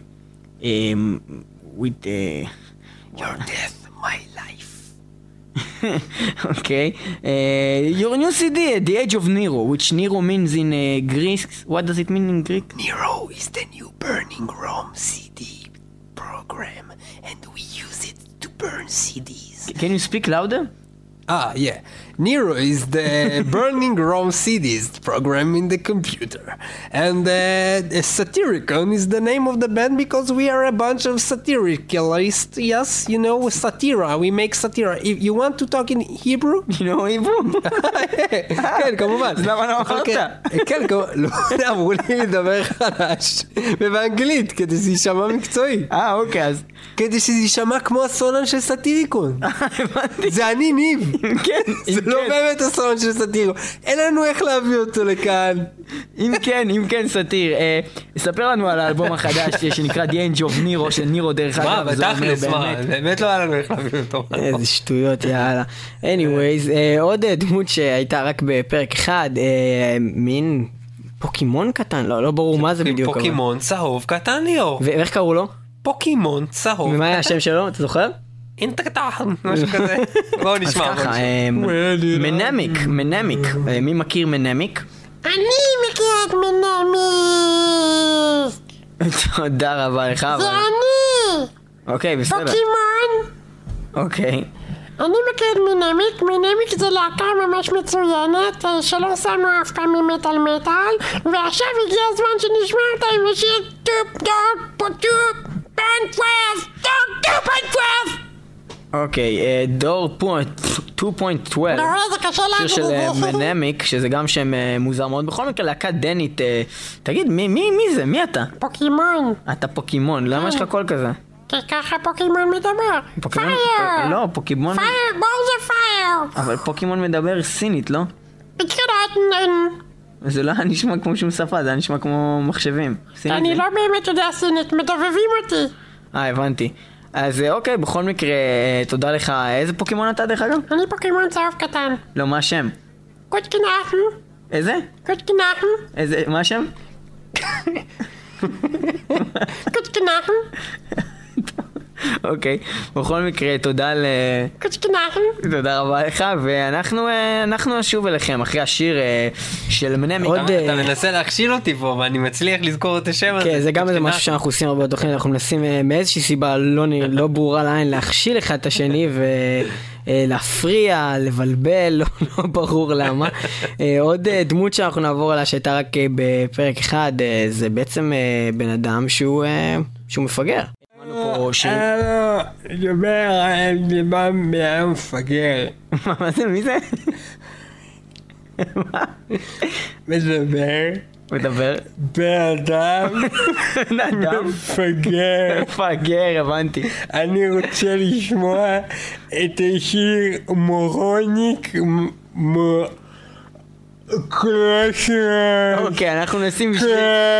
with... Your death, my life. Okay. Your new CD, The Age of Nero, which Nero means in Greek. What does it mean in Greek? Nero is the new Burning Rome CD program, and we use it to burn CDs. Can you speak louder? Yeah. Nero is the Burning Rome CDs program in the computer. And Satyricon is the name of the band because we are a bunch of satyricalists. Yes, you know, satira. We make satira. If you want to talk in Hebrew? You know Hebrew? כן, כמובן. אז למה לא אמרת? כן, לא, אמרו לי לדבר חדש ובאנגלית, כדי שזה יישמע מקצועי. אוקיי, אז... כדי שזה יישמע כמו הסולן של סאטיריקון. הבנתי. זה אני ניב. כן. זה לא באמת הסולן של סאטיריקון. אין לנו איך להביא אותו לכאן. אם כן, סאטיר. ספר לנו על האלבום החדש שנקרא The Age of Nero, של נירו דרך אגב. מה, בתכלס, מה? באמת לא היה לנו איך להביא אותו. איזה שטויות, יאללה. anyways, עוד דמות שהייתה רק בפרק אחד, מין פוקימון קטן, לא ברור מה זה בדיוק. פוקימון צהוב קטן ליאור. ואיך קראו לו? פוקימון צהוב. ומה היה השם שלו, אתה זוכר? אינטקטחן, משהו כזה. בואו נשמע. אז ככה, מנמיק. מי מכיר מנמיק? אני מכיר את מנמיק. תודה רבה לך. זה אני. אוקיי, בסדר. פוקימון. אוקיי. אני מכיר את מנמיק. מנמיק זה להקה ממש מצוינת שלא שמו אף פעם ממטל מטל, ועכשיו הגיע הזמן שנשמע אותה עם השיר טופ דוק פוטופ פן 12 דוק 2.12. אוקיי, דור 2.12. שיר של מנמיק, שזה גם שם מוזר מאוד. בכל מקרה, להקה דנית. תגיד, מי זה? מי אתה? פוקימון. אתה פוקימון, למה יש לך קול כזה? כי ככה פוקימון מדבר. פייר! לא, פוקימון... פייר, בואו זה פייר! אבל פוקימון מדבר סינית, לא? בתחילת... זה לא היה נשמע כמו שום שפה, זה היה נשמע כמו מחשבים. אני לא באמת יודע סינית, מדובבים אותי. הבנתי. אז אוקיי, בכל מקרה, תודה לך. איזה פוקימון אתה דרך אגב? אני פוקימון צהוב קטן. לא, מה השם? קודקינאחם. איזה? קודקינאחם. איזה, מה השם? קודקינאחם. אוקיי, בכל מקרה, תודה קודקינאחם. תודה רבה לך, ואנחנו נשוב אליכם אחרי השיר של מנמיק. אתה מנסה להכשיל אותי פה, ואני מצליח לזכור את השם הזה. כן, זה גם איזה משהו שאנחנו עושים הרבה בתוכנית, אנחנו מנסים מאיזושהי סיבה לא ברורה לעין להכשיל אחד את השני להפריע, לבלבל, לא ברור למה. עוד דמות שאנחנו נעבור עליה שהייתה רק בפרק אחד, זה בעצם בן אדם שהוא מפגר. דבר מפגר. מה זה? מי זה? מדבר? בן אדם מפגר, הבנתי. אני רוצה לשמוע את השיר מורוניק אוקיי, אנחנו נשים בסדר,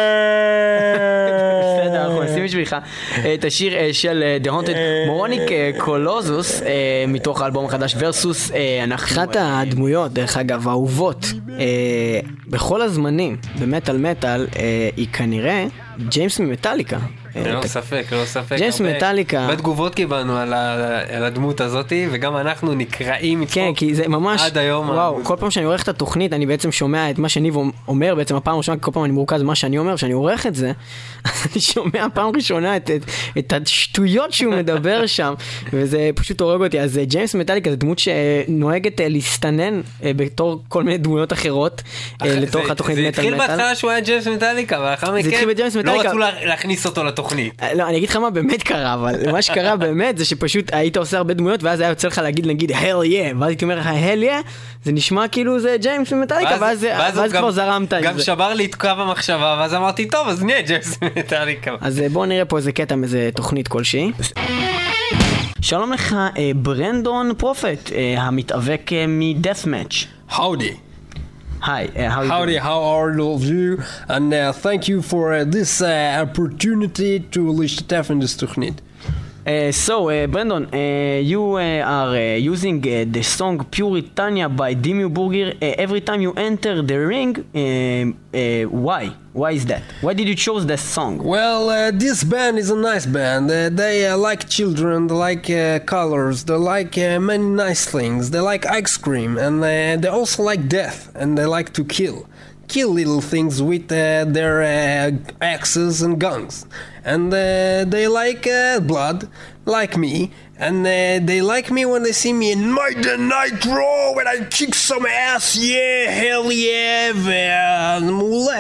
אנחנו נשים בשבילך את השיר של The Haunted מורוניק קולוזוס מתוך האלבום החדש ורסוס. אחת הדמויות, דרך אגב, האהובות בכל הזמנים במטל מטל היא כנראה ג'יימס ממטליקה. לא ספק. ג'יימס ממטליקה. בתגובות קיבלנו על הדמות הזאת, וגם אנחנו נקראים מצחוק. כן, כי זה ממש, עד היום. וואו, כל פעם שאני עורך את התוכנית, אני בעצם שומע את מה שניב אומר, בעצם הפעם הראשונה, כל פעם אני מורכז במה שאני אומר, שאני עורך את זה, אני שומע פעם ראשונה את השטויות שהוא מדבר שם, וזה פשוט הורג אותי. אז ג'יימס ממטליקה זה דמות שנוהגת להסתנן בתור כל מיני דמויות אחרות, לתוך התוכנית מטל מטל. זה התחיל בהתחלה שהוא היה ג'יימס ממטליקה, ואחר מכן לא רצו להכניס אותו לתוכנית. לא, אני אגיד לך מה באמת קרה, אבל מה שקרה באמת זה שפשוט היית עושה הרבה דמויות, ואז היה יוצא לך להגיד, נגיד, hell yeah, ואז הייתי אומר לך, hell yeah, זה נשמע כאילו זה ג'יימס ממטליקה, ואז כבר זרמת את זה. גם שבר לי את קו המחשבה, ואז אמרתי, טוב, אז נהיה ג'יימס ממטליקה. אז בואו נראה פה איזה קטע מאיזה תוכנית כלשהי. שלום לך, ברנדון פרופט, המתאבק מ-Deathmatch. Howdy. Hi, Howdy, how are all of you? And thank you for this opportunity to להשתתף in this תוכנית. So, Brandon, you are using the song Puritania by Dimmu Borgir every time you enter the ring. Why? Why is that? Why did you choose that song? Well, this band is a nice band. They like children, they like colors, they like many nice things. They like ice cream, and they also like death, and they like to kill little things with their axes and guns. And they like blood, like me. And they like me when they see me in Might and Nitro, when I kick some ass, yeah, hell yeah, מעולה.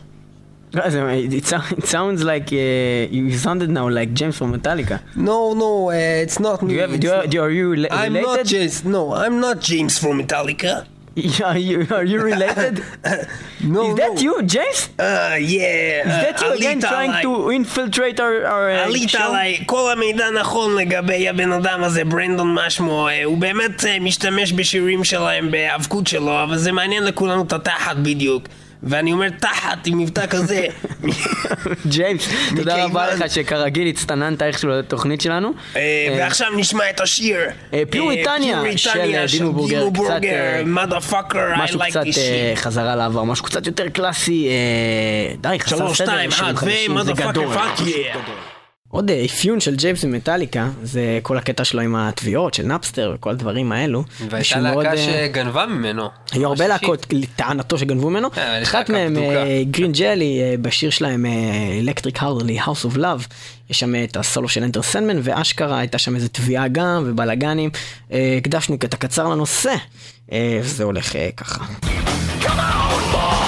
It sounds like you sounded now like James from Metallica. No, it's not me. Are you related? I'm not James. No, I'm not James from Metallica. Are you related? No. Is that you, James? Yeah. Is that you again trying to infiltrate our עלית עליי, כל המידע נכון לגבי הבן אדם הזה, ברנדון משמו, הוא באמת משתמש בשירים שלהם, בהאבקות שלו, אבל זה מעניין לכולנו את התחת בדיוק. ואני אומר תחת עם מבטא כזה. ג'יימס, תודה רבה לך שכרגיל הצטננת איכשהו לתוכנית שלנו. ועכשיו נשמע את השיר פיוריטניה של דימו בורגר, משהו קצת חזרה לעבר, משהו קצת יותר קלאסי. די, חסר סדר, זה גדול. עוד אפיון של ג'יימס ממטליקה, זה כל הקטע שלו עם התביעות של נאפסטר וכל הדברים האלו. והייתה להקה שגנבה ממנו. היו הרבה להקות לטענתו שגנבו ממנו. אחת מהם, גרין ג'לי, בשיר שלהם, Electric Harley, House of Love, יש שם את הסולו של אנטר סנדמן, ואשכרה הייתה שם איזו תביעה גם ובלגנים. הקדשנו קטע קצר לנושא, וזה הולך ככה. Come on, boy!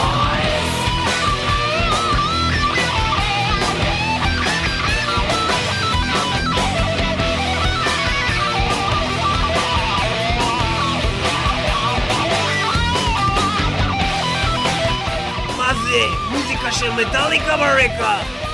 מוזיקה של מטליקה ברקע.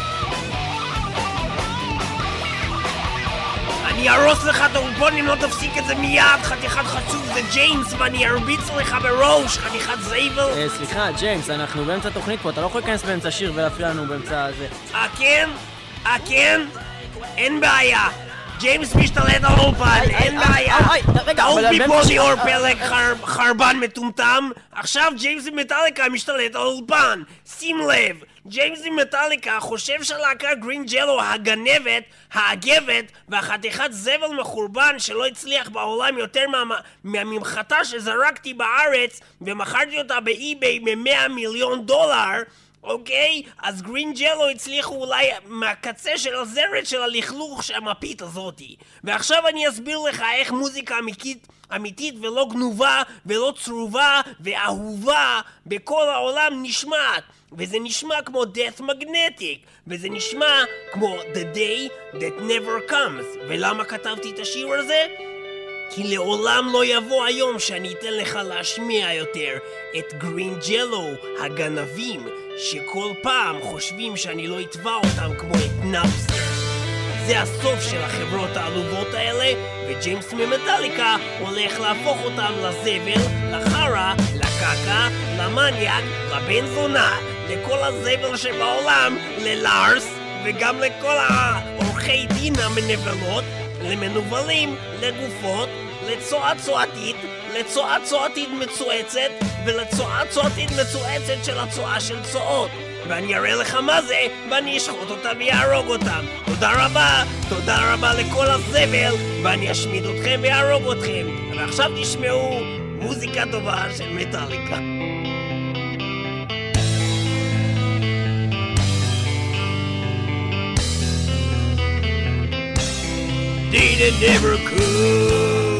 אני ארוס לך את האולפונים, לא תפסיק את זה מיד. חתיכת חצוף, זה ג'יימס, ואני ארביץ לך בראש, חתיכת זייבל. סליחה, ג'יימס, אנחנו באמצע תוכנית פה, אתה לא יכול להיכנס באמצע שיר ולהפריע לנו באמצע הזה. כן? כן? אין בעיה. ג'יימס משתלט על האולפן, אין בעיה. תעוף מפה ליאור פלג חרבן מטומטם. עכשיו ג'יימס ממטאליקה משתלט על האולפן. שים לב, ג'יימס ממטאליקה חושב שהלהקה גרין ג'לו הגנבת, האגבת והחתיכת זבל מחורבן שלא הצליח בעולם יותר מהממחטה שזרקתי בארץ ומכרתי אותה באי-ביי $100 מיליון, אוקיי? אז גרין ג'לו הצליחו אולי מהקצה של הזרת של הלכלוך שהמפית הזאתי. ועכשיו אני אסביר לך איך מוזיקה אמיתית ולא גנובה ולא צרובה ואהובה בכל העולם נשמעת. וזה נשמע כמו Death Magnetic, וזה נשמע כמו The Day That Never Comes. ולמה כתבתי את השיר הזה? כי לעולם לא יבוא היום שאני אתן לך להשמיע יותר את גרין ג'לו הגנבים, שכל פעם חושבים שאני לא אתבע אותם כמו את נאפסטר. זה הסוף של החברות העלובות האלה, וג'יימס ממטאליקה הולך להפוך אותם לזבל, לחרה, לקקה, למניאק, לבן זונה, לכל הזבל שבעולם, ללארס, וגם לכל העורכי דין המנבלות, למנובלים, לגופות, לצועה-צועתית, לצועה-צועתית מצועצת, ולצועה-צועתית מצועצת של הצועה של צועות. ואני אראה לך מה זה, ואני אשחוט אותם ויהרוג אותם. תודה רבה לכל הזבל, ואני אשמיד אתכם ויהרוג אתכם. ועכשיו תשמעו מוזיקה טובה של מטאליקה. Data never could.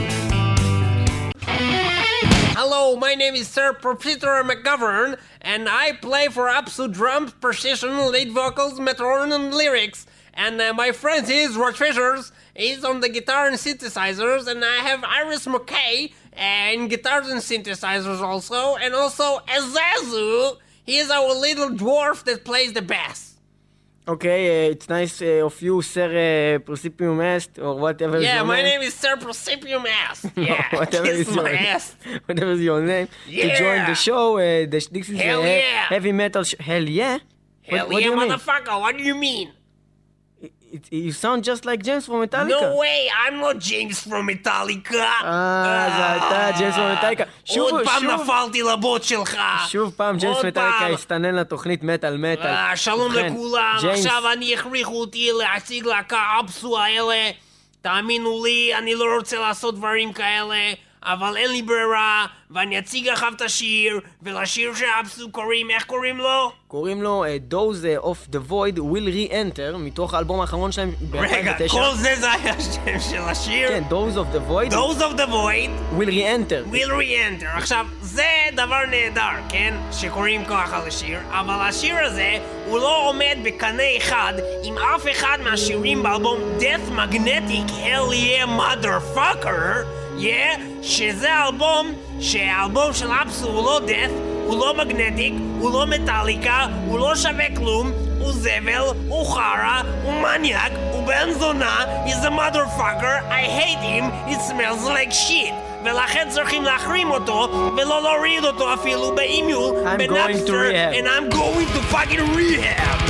Hello, my name is Sir Professor McGovern, and I play for Absolute Drums, Precision, Lead Vocals, Metronom, and Lyrics. And my friend is Roy Fishers. He's on the guitar and synthesizers, and I have Iris McKay and guitars and synthesizers also, and also Azazu. He is our little dwarf that plays the bass. Okay, it's nice of you, Sir Precipium Est, or whatever is your name. Yeah, my name is Sir Precipium Est. Yeah, whatever is your name. Whatever is your name. Yeah. To join the show, this is Hell yeah. Heavy metal Hell yeah? Hell what yeah, do you mean? motherfucker, what do you mean? You sound just like James from Metallica. No way, I'm not James from Metallica. זה אתה, ג'יימס from Metallica. עוד פעם נפלתי לבוט שלך. שוב פעם, ג'יימס Metallica הסתנן לתוכנית מטל. שלום לכולם, עכשיו אני הכריחו אותי להציג להקה אבסו האלה. תאמינו לי, אני לא רוצה לעשות דברים כאלה, אבל אין לי ברירה, ואני אציג אחר את השיר, ולשיר שאבסו קוראים, איך קוראים לו? קוראים לו Those of the Void Will Re-Enter, מתוך האלבום האחרון שלהם ב-2009. רגע, כל זה היה השם של השיר? כן, Those of the Void. Those of the Void. Will Re-Enter. Will Re-Enter. עכשיו, זה דבר נהדר, כן? שקוראים ככה לשיר, אבל השיר הזה הוא לא עומד בקנה אחד עם אף אחד מהשירים באלבום Death Magnetic Hell Yeah Motherfucker, שזה האלבום של אבסו הוא לא Death, הוא לא מגנטיק, הוא לא מטאליקה, הוא לא שווה כלום, הוא זבל, הוא חרה, הוא מניאק, הוא בן זונה, he's a motherfucker, I hate him, it smells like shit. ולכן צריכים להחרים אותו, ולא להוריד אותו אפילו באימיול, בנאפסטר, and I'm going to fucking rehab.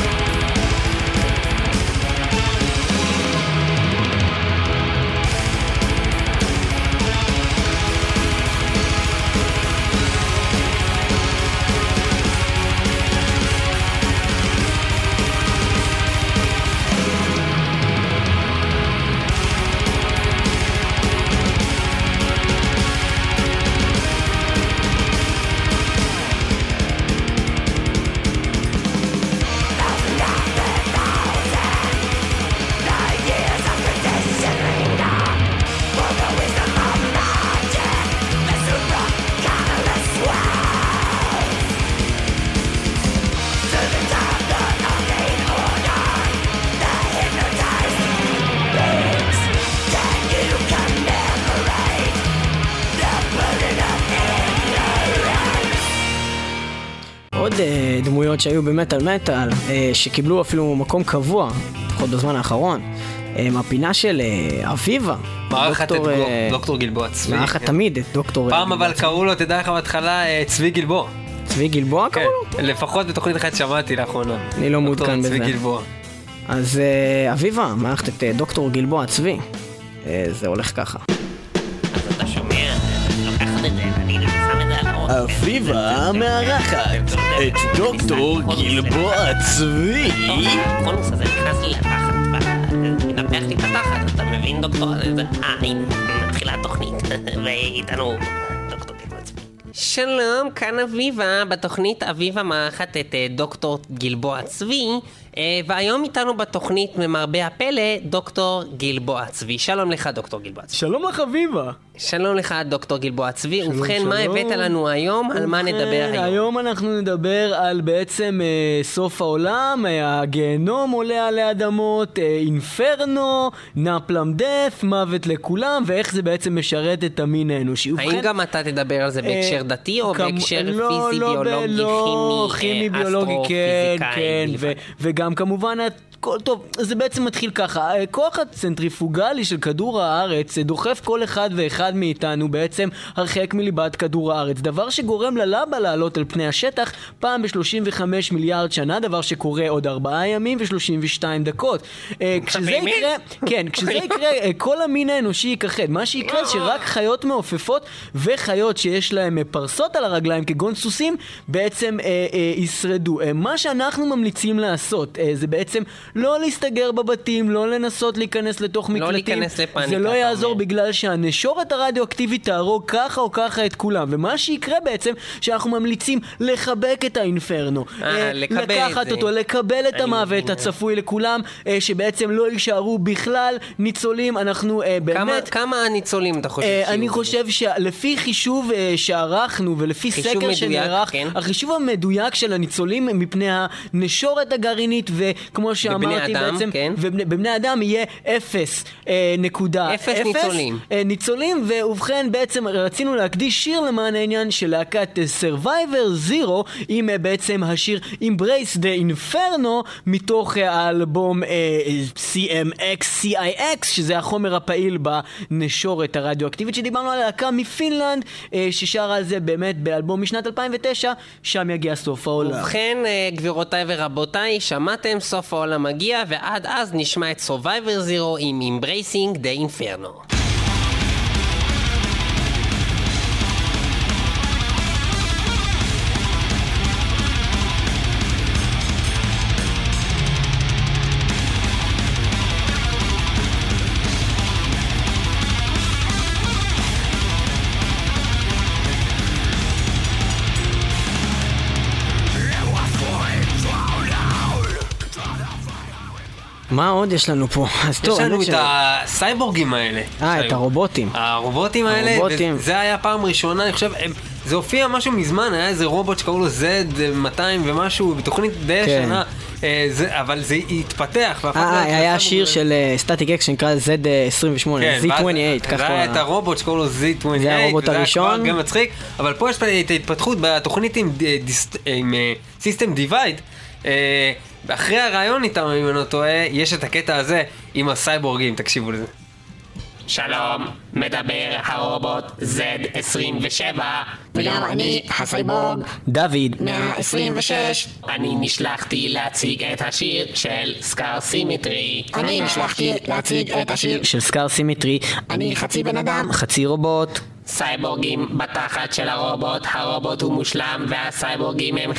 עוד דמויות שהיו במטל מטל, שקיבלו אפילו מקום קבוע, לפחות בזמן האחרון, מהפינה של אביבה. מערכת את דוקטור גלבוע צבי. מערכת תמיד את דוקטור גלבוע. פעם אבל קראו לו, תדע לך בהתחלה, צבי גלבוע. צבי גלבוע קראו לו? לפחות בתוכנית אחת שמעתי לאחרונה. אני לא מעודכן בזה. צבי גלבוע. אז אביבה, מערכת את דוקטור גלבוע צבי. זה הולך ככה. אז אתה שומע, לקחת את זה, אני שם את זה על הראש. אביבה מארחת את דוקטור גלבוע צבי. הקונוס הזה נכנס לי לתחת, מנפח לי את התחת, אתה מבין דוקטור? הנה, מתחילה התוכנית, ואיתנו דוקטור גלבוע צבי. שלום, כאן אביבה, בתוכנית אביבה מארחת את דוקטור גלבוע צבי, והיום איתנו בתוכנית ממרבה הפלא דוקטור גלבוע צבי. שלום לך דוקטור גלבוע צבי. שלום לך אביבה. שלום לך דוקטור גלבוע צבי. ובכן, מה הבאת לנו היום? על מה נדבר היום? היום אנחנו נדבר על בעצם סוף העולם, הגיהנום עולה עלי אדמות, אינפרנו, נפלם דף, מוות לכולם, ואיך זה בעצם משרת את המין האנושי. האם גם אתה תדבר על זה בהקשר דתי או בהקשר פיזי, ביולוגי, כימי, ביולוגי, אסטרופיזיקאי? וגם כמובן טוב, זה בעצם מתחיל ככה. כוח הצנטריפוגלי של כדור הארץ דוחף כל אחד ואחד מאיתנו בעצם הרחק מליבת כדור הארץ, דבר שגורם ללבה לעלות על פני השטח פעם ב-35 מיליארד שנה, דבר שקורה עוד 4 ימים ו-32 דקות. כשזה יקרה, כן, כשזה יקרה, כל המין האנושי ייכחד. מה שיקרה זה שרק חיות מעופפות וחיות שיש להם פרסות על הרגליים כגון סוסים בעצם ישרדו. מה שאנחנו ממליצים לעשות זה בעצם לא להסתגר בבתים, לא לנסות להיכנס לתוך מקלטים. לא להיכנס לפאניקה. זה לא יעזור בגלל שהנשורת הרדיואקטיבית תהרוג ככה או ככה את כולם. ומה שיקרה בעצם, שאנחנו ממליצים לחבק את האינפרנו. לקחת אותו, לקבל את המוות הצפוי לכולם, שבעצם לא יישארו בכלל ניצולים. אנחנו באמת... כמה ניצולים אתה חושב? אני חושב שלפי חישוב שערכנו ולפי סקר שנערך, החישוב המדויק של הניצולים מפני הנשורת הגרעינית, וכמו שאמרתי בעצם, ובבני אדם יהיה 0.0 ניצולים, ובכן בעצם רצינו להקדיש שיר למען העניין של להקת Survivor Zero, עם בעצם השיר Embrace the Inferno, מתוך האלבום CMX, שזה החומר הפעיל בנשורת הרדיואקטיבית שדיברנו על להקה מפינלנד, ששרה על זה באמת באלבום משנת 2009, שם יגיע סוף העולם. ובכן, גבירותיי ורבותיי, שמעתם, סוף העולם מגיע, ועד אז נשמע את Survivor Zero עם Embracing the Inferno. מה עוד יש לנו פה? יש לנו את הסייבורגים האלה. את הרובוטים. הרובוטים האלה, זה היה פעם ראשונה, אני חושב, זה הופיע משהו מזמן, היה איזה רובוט שקראו לו Z200 ומשהו, בתוכנית די שנה, אבל זה התפתח. היה שיר של סטטיק אקס שנקרא Z28, Z28, זה היה את הרובוט שקראו לו Z28, זה הרובוט הראשון. גם מצחיק, אבל פה יש את ההתפתחות בתוכנית עם סיסטם דיווייד, ואחרי הרעיון איתם, אם אני לא טועה, יש את הקטע הזה עם הסייבורגים, תקשיבו לזה. שלום, מדבר הרובוט Z27, וגם אני, הסייבורג דוד 126. אני נשלחתי להציג את השיר של סקאר סימטרי. אני נשלחתי להציג את השיר של סקאר סימטרי. אני חצי בן אדם, חצי רובוט. סייבורגים בתחת של הרובוט, הרובוט הוא מושלם והסייבורגים הם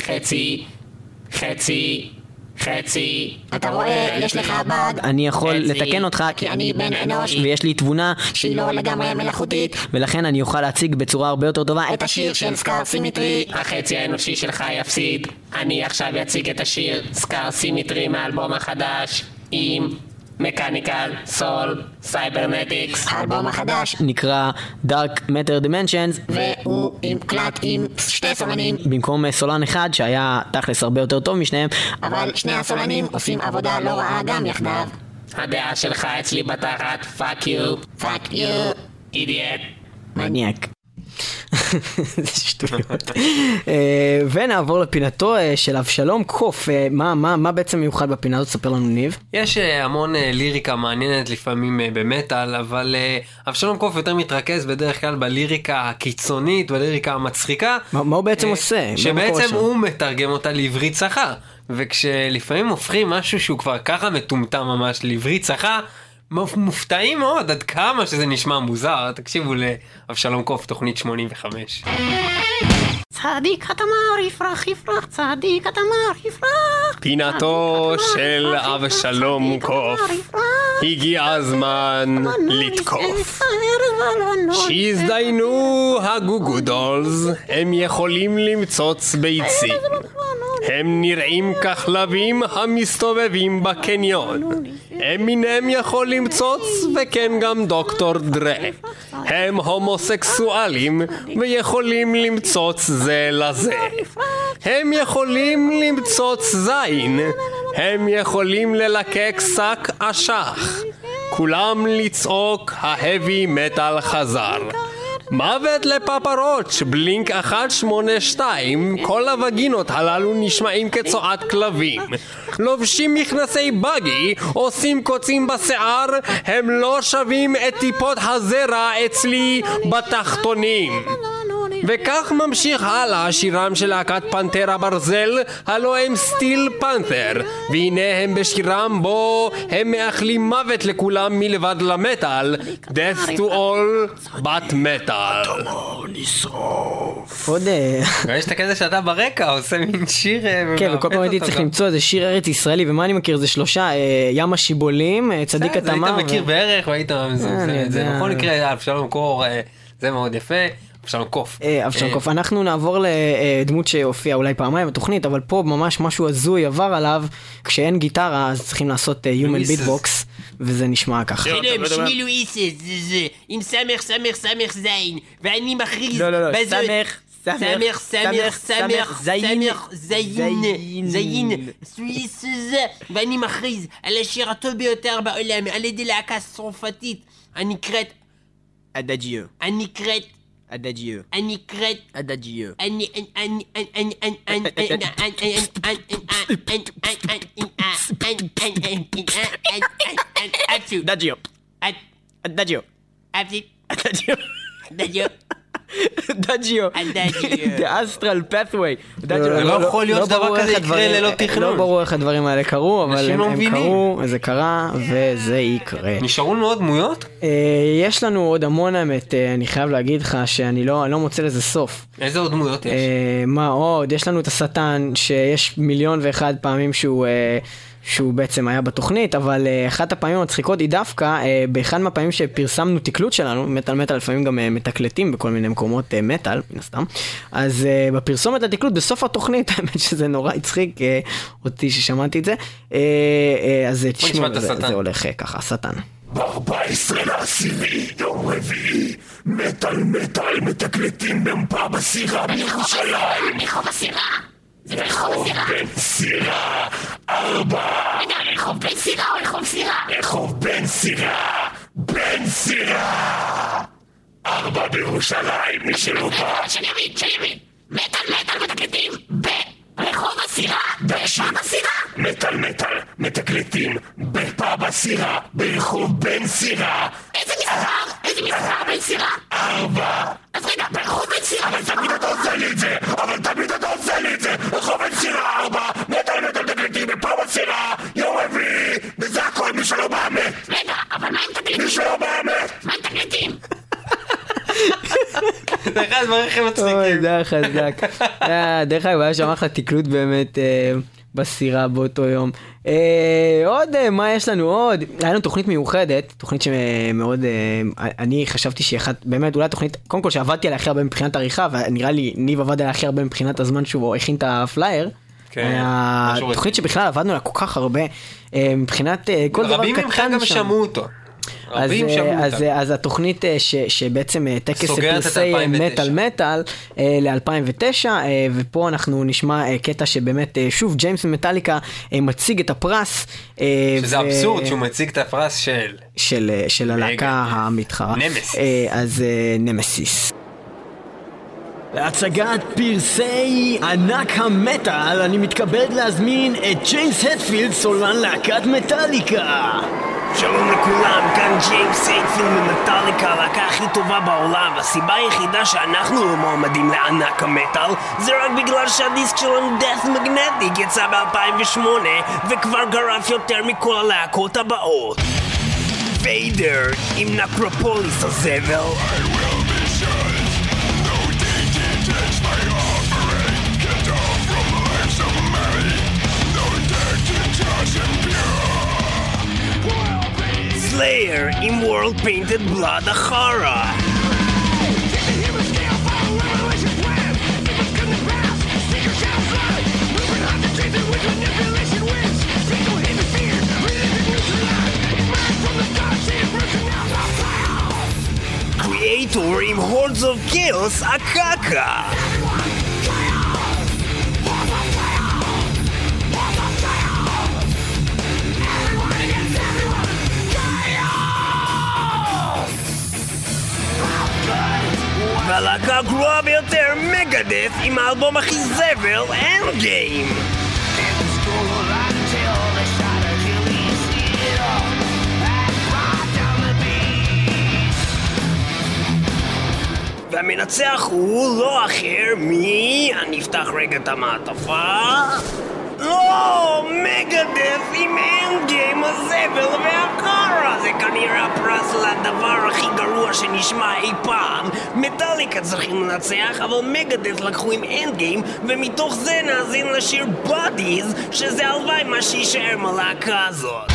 חצי. אתה רואה, יש לך בד. אני יכול לתקן אותך כי אני בן אנוש ויש לי תבונה שהיא לא לגמרי מלאכותית, ולכן אני אוכל להציג בצורה הרבה יותר טובה את השיר של סקאר סימטרי. החצי האנושי שלך יפסיד. אני עכשיו אציג את השיר סקאר סימטרי מהאלבום החדש עם מקניקל סול סייברנטיקס. האלבום החדש נקרא Dark Matter Dimensions, והוא עם קלט עם 2 סולנים במקום סולן אחד שהיה תכלס הרבה יותר טוב משניהם, אבל 2 הסולנים עושים עבודה לא רעה גם יחדיו. הדעה שלך אצלי בתחת, פאק יו אידיאט מניאק. זה שטויות. ונעבור לפינתו של אבשלום קוף. מה בעצם מיוחד בפינה הזאת? ספר לנו ניב. יש המון ליריקה מעניינת לפעמים במטל, אבל אבשלום קוף יותר מתרכז בדרך כלל בליריקה הקיצונית, בליריקה המצחיקה. מה הוא בעצם עושה? שבעצם הוא מתרגם אותה לעברית צחה. וכשלפעמים הופכים משהו שהוא כבר ככה מטומטם ממש לעברית צחה, מופתעים מאוד עד כמה שזה נשמע מוזר. תקשיבו לאבשלום קוף, תוכנית 85. צדיק התמר יפרח יפרח, צדיק התמר יפרח. פינתו של אבשלום קוף, הגיע הזמן לתקוף. שיזדיינו הגוגודולס, הם יכולים למצוץ ביצים. הם נראים ככלבים המסתובבים בקניון. אמינם יכול למצוץ, וכן גם דוקטור דרה. הם הומוסקסואלים ויכולים למצוץ זה לזה. הם יכולים למצוץ זין. הם יכולים ללקק שק אשך. כולם לצעוק ההבי מטל חזר. מוות לפפרוץ', בלינק 182, כל הווגינות הללו נשמעים כצועת כלבים. לובשים מכנסי בגי, עושים קוצים בשיער, הם לא שווים את טיפות הזרע אצלי בתחתונים. וכך ממשיך הלאה שירם של להקת פנתרה ברזל, הלא הם סטיל פנת'ר, והנה הם בשירם בו הם מאחלים מוות לכולם מלבד למטל, death to all but metal. עוד... יש את הכזה שאתה ברקע עושה מין שיר... כן, וכל פעם הייתי צריך למצוא איזה שיר ארץ ישראלי, ומה אני מכיר? זה 3, ים השיבולים, צדיק התמר. היית מכיר בערך והיית... זה בכל מקרה, אבשלום קור, זה מאוד יפה. אבשלום קוף. אבשלום קוף. אנחנו נעבור לדמות שהופיעה אולי פעמיים בתוכנית, אבל פה ממש משהו הזוי עבר עליו. כשאין גיטרה אז צריכים לעשות human beatbox, וזה נשמע ככה. שלום, שמי לואיסס, עם סמך סמך סמך זין, ואני מכריז... לא, סמך זין, סוויס, ואני מכריז על השיר הטוב ביותר בעולם, על ידי להקה צרפתית, הנקראת... אדאג'יו. הנקראת אדאג'יו. אדאג'יו. דאג'יו. The Astral Pathway. לא יכול להיות דבר כזה יקרה ללא תכנון. לא ברור איך הדברים האלה קרו, אבל הם קרו, זה קרה, וזה יקרה. נשארו לנו עוד דמויות? יש לנו עוד המון האמת, אני חייב להגיד לך שאני לא מוצא לזה סוף. איזה עוד דמויות יש? מה עוד? יש לנו את השטן, שיש 1,000,001 פעמים שהוא בעצם היה בתוכנית, אבל אחת הפעמים המצחיקות היא דווקא באחד מהפעמים שפרסמנו תקלוט שלנו, מטל לפעמים גם מתקלטים בכל מיני מקומות מטל, מן הסתם, אז בפרסומת לתקלוט בסוף התוכנית, האמת שזה נורא הצחיק אותי ששמעתי את זה, אז תשמעו, זה הולך ככה, השטן. ב-14/10, יום רביעי, מטל מתקלטים בפאב הסירה בירושלים. רחוב הסירה? זה רחוב בן סירה 4. רחוב בן סירה או רחוב סירה? רחוב בן סירה 4 בירושלים, מי שלא בא. של ימין, מטל מתקלטים ברחוב הסירה, בשם הסירה. מטל מתקלטים בפאב הסירה, ברחוב בן סירה. איזה מסחר בן סירה? 4. אז רגע, ברחוב בן סירה, אבל תמיד אתה עושה לי את זה, רחוב בן סירה 4, מטל מתקלטים בפאב הסירה, יום רביעי, וזה הכל, מי שלא בא מת. רגע, אבל מה הם תקליטים? מי שלא בא מת. מה הם תקליטים? זה אחד הדברים הכי מצחיקים. אוי, זה היה חזק. דרך אגב, היה שם אחלה תקלוט באמת בסירה באותו יום. עוד, מה יש לנו עוד? היה לנו תוכנית מיוחדת, תוכנית שמאוד, אני חשבתי שהיא אחת, באמת אולי תוכנית, קודם כל שעבדתי עליה הכי הרבה מבחינת עריכה, ונראה לי ניב עבד עליה הכי הרבה מבחינת הזמן שהוא הכין את הפלייר. תוכנית שבכלל עבדנו עליה כל כך הרבה, מבחינת כל דבר קטן שם. רבים ממכם גם שמעו אותו. אז התוכנית שבעצם טקס פרסי מטל ל-2009, ופה אנחנו נשמע קטע שבאמת שוב ג'יימס ממטליקה מציג את הפרס, שזה אבסורד שהוא מציג את הפרס של הלהקה המתחרה, אז נמסיס. להצגת פרסי ענק המטל אני מתכבד להזמין את ג'יימס הטפילד, סולן להקת מטליקה. שלום לכולם, כאן ג'יימס הייטפילד ממטאליקה, הלהקה הכי טובה בעולם. הסיבה היחידה שאנחנו לא מועמדים לענק המטאל זה רק בגלל שהדיסק שלנו Death Magnetic יצא ב-2008 וכבר גרף יותר מכל הלהקות הבאות. ויידר עם נקרופוליס הזבל, Slayer עם World Painted Blood החרה, Creator עם Hordes of Chaos הקקה, והלהקה הגרועה ביותר מגדף עם האלבום הכי זבל Endgame. והמנצח הוא לא אחר אני אפתח רגע את המעטפה. לא, מגדף עם Endgame הזבל והקרה. זה כנראה הפרס לדבר הכי גרוע שנשמע אי פעם. מטאליקה צריכים לנצח, אבל מגדף לקחו עם Endgame, ומתוך זה נאזין לשיר Bodies, שזה הלוואי מה שישאר מהלהקה הזאת.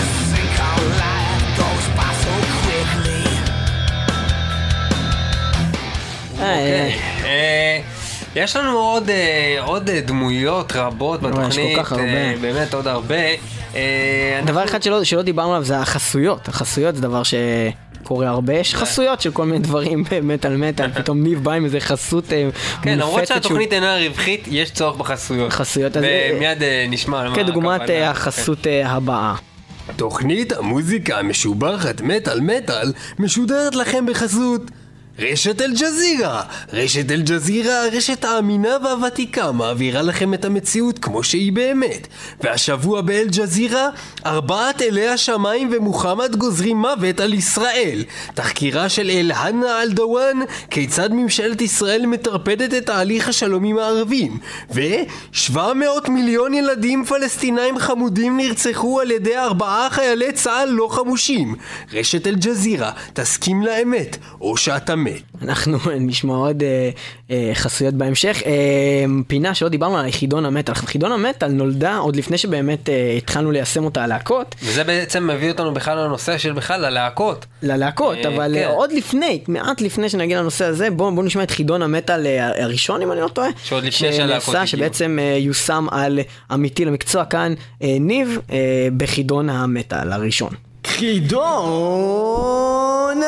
יש לנו עוד דמויות רבות בתוכנית, באמת עוד הרבה. דבר אחד שלא דיברנו עליו זה החסויות. החסויות זה דבר שקורה הרבה. יש חסויות של כל מיני דברים במטל מטל, פתאום ניב בא עם איזה חסות מונפצת. כן, למרות שהתוכנית אינה רווחית, יש צורך בחסויות. חסויות. ומיד נשמע. כדוגמת החסות הבאה. תוכנית המוזיקה המשובחת מטל מטל משודרת לכם בחסות רשת אל-ג'זירה. רשת אל-ג'זירה, הרשת האמינה והוותיקה, מעבירה לכם את המציאות כמו שהיא באמת. והשבוע באל-ג'זירה, 4 אלי השמיים ומוחמד גוזרים מוות על ישראל. תחקירה של אל-הנה אל-דוואן, כיצד ממשלת ישראל מטרפדת את תהליך השלום עם הערבים. ו700 מיליון ילדים פלסטינאים חמודים נרצחו על ידי 4 חיילי צה"ל לא חמושים. רשת אל-ג'זירה, תסכים לאמת, או שאתה מת. אנחנו נשמע עוד חסויות בהמשך. פינה שלא דיברנו על חידון המטל. חידון המטל נולדה עוד לפני שבאמת התחלנו ליישם אותה הלהקות. וזה בעצם מביא אותנו בכלל לנושא של בכלל הלהקות. ללהקות, אבל עוד לפני, מעט לפני שנגיע לנושא הזה, בואו נשמע את חידון המטל הראשון, אם אני לא טועה. שעוד לפני שהלהקות הגיעו. שבעצם יושם על עמיתי למקצוע כאן, ניב, בחידון המטל הראשון. חידון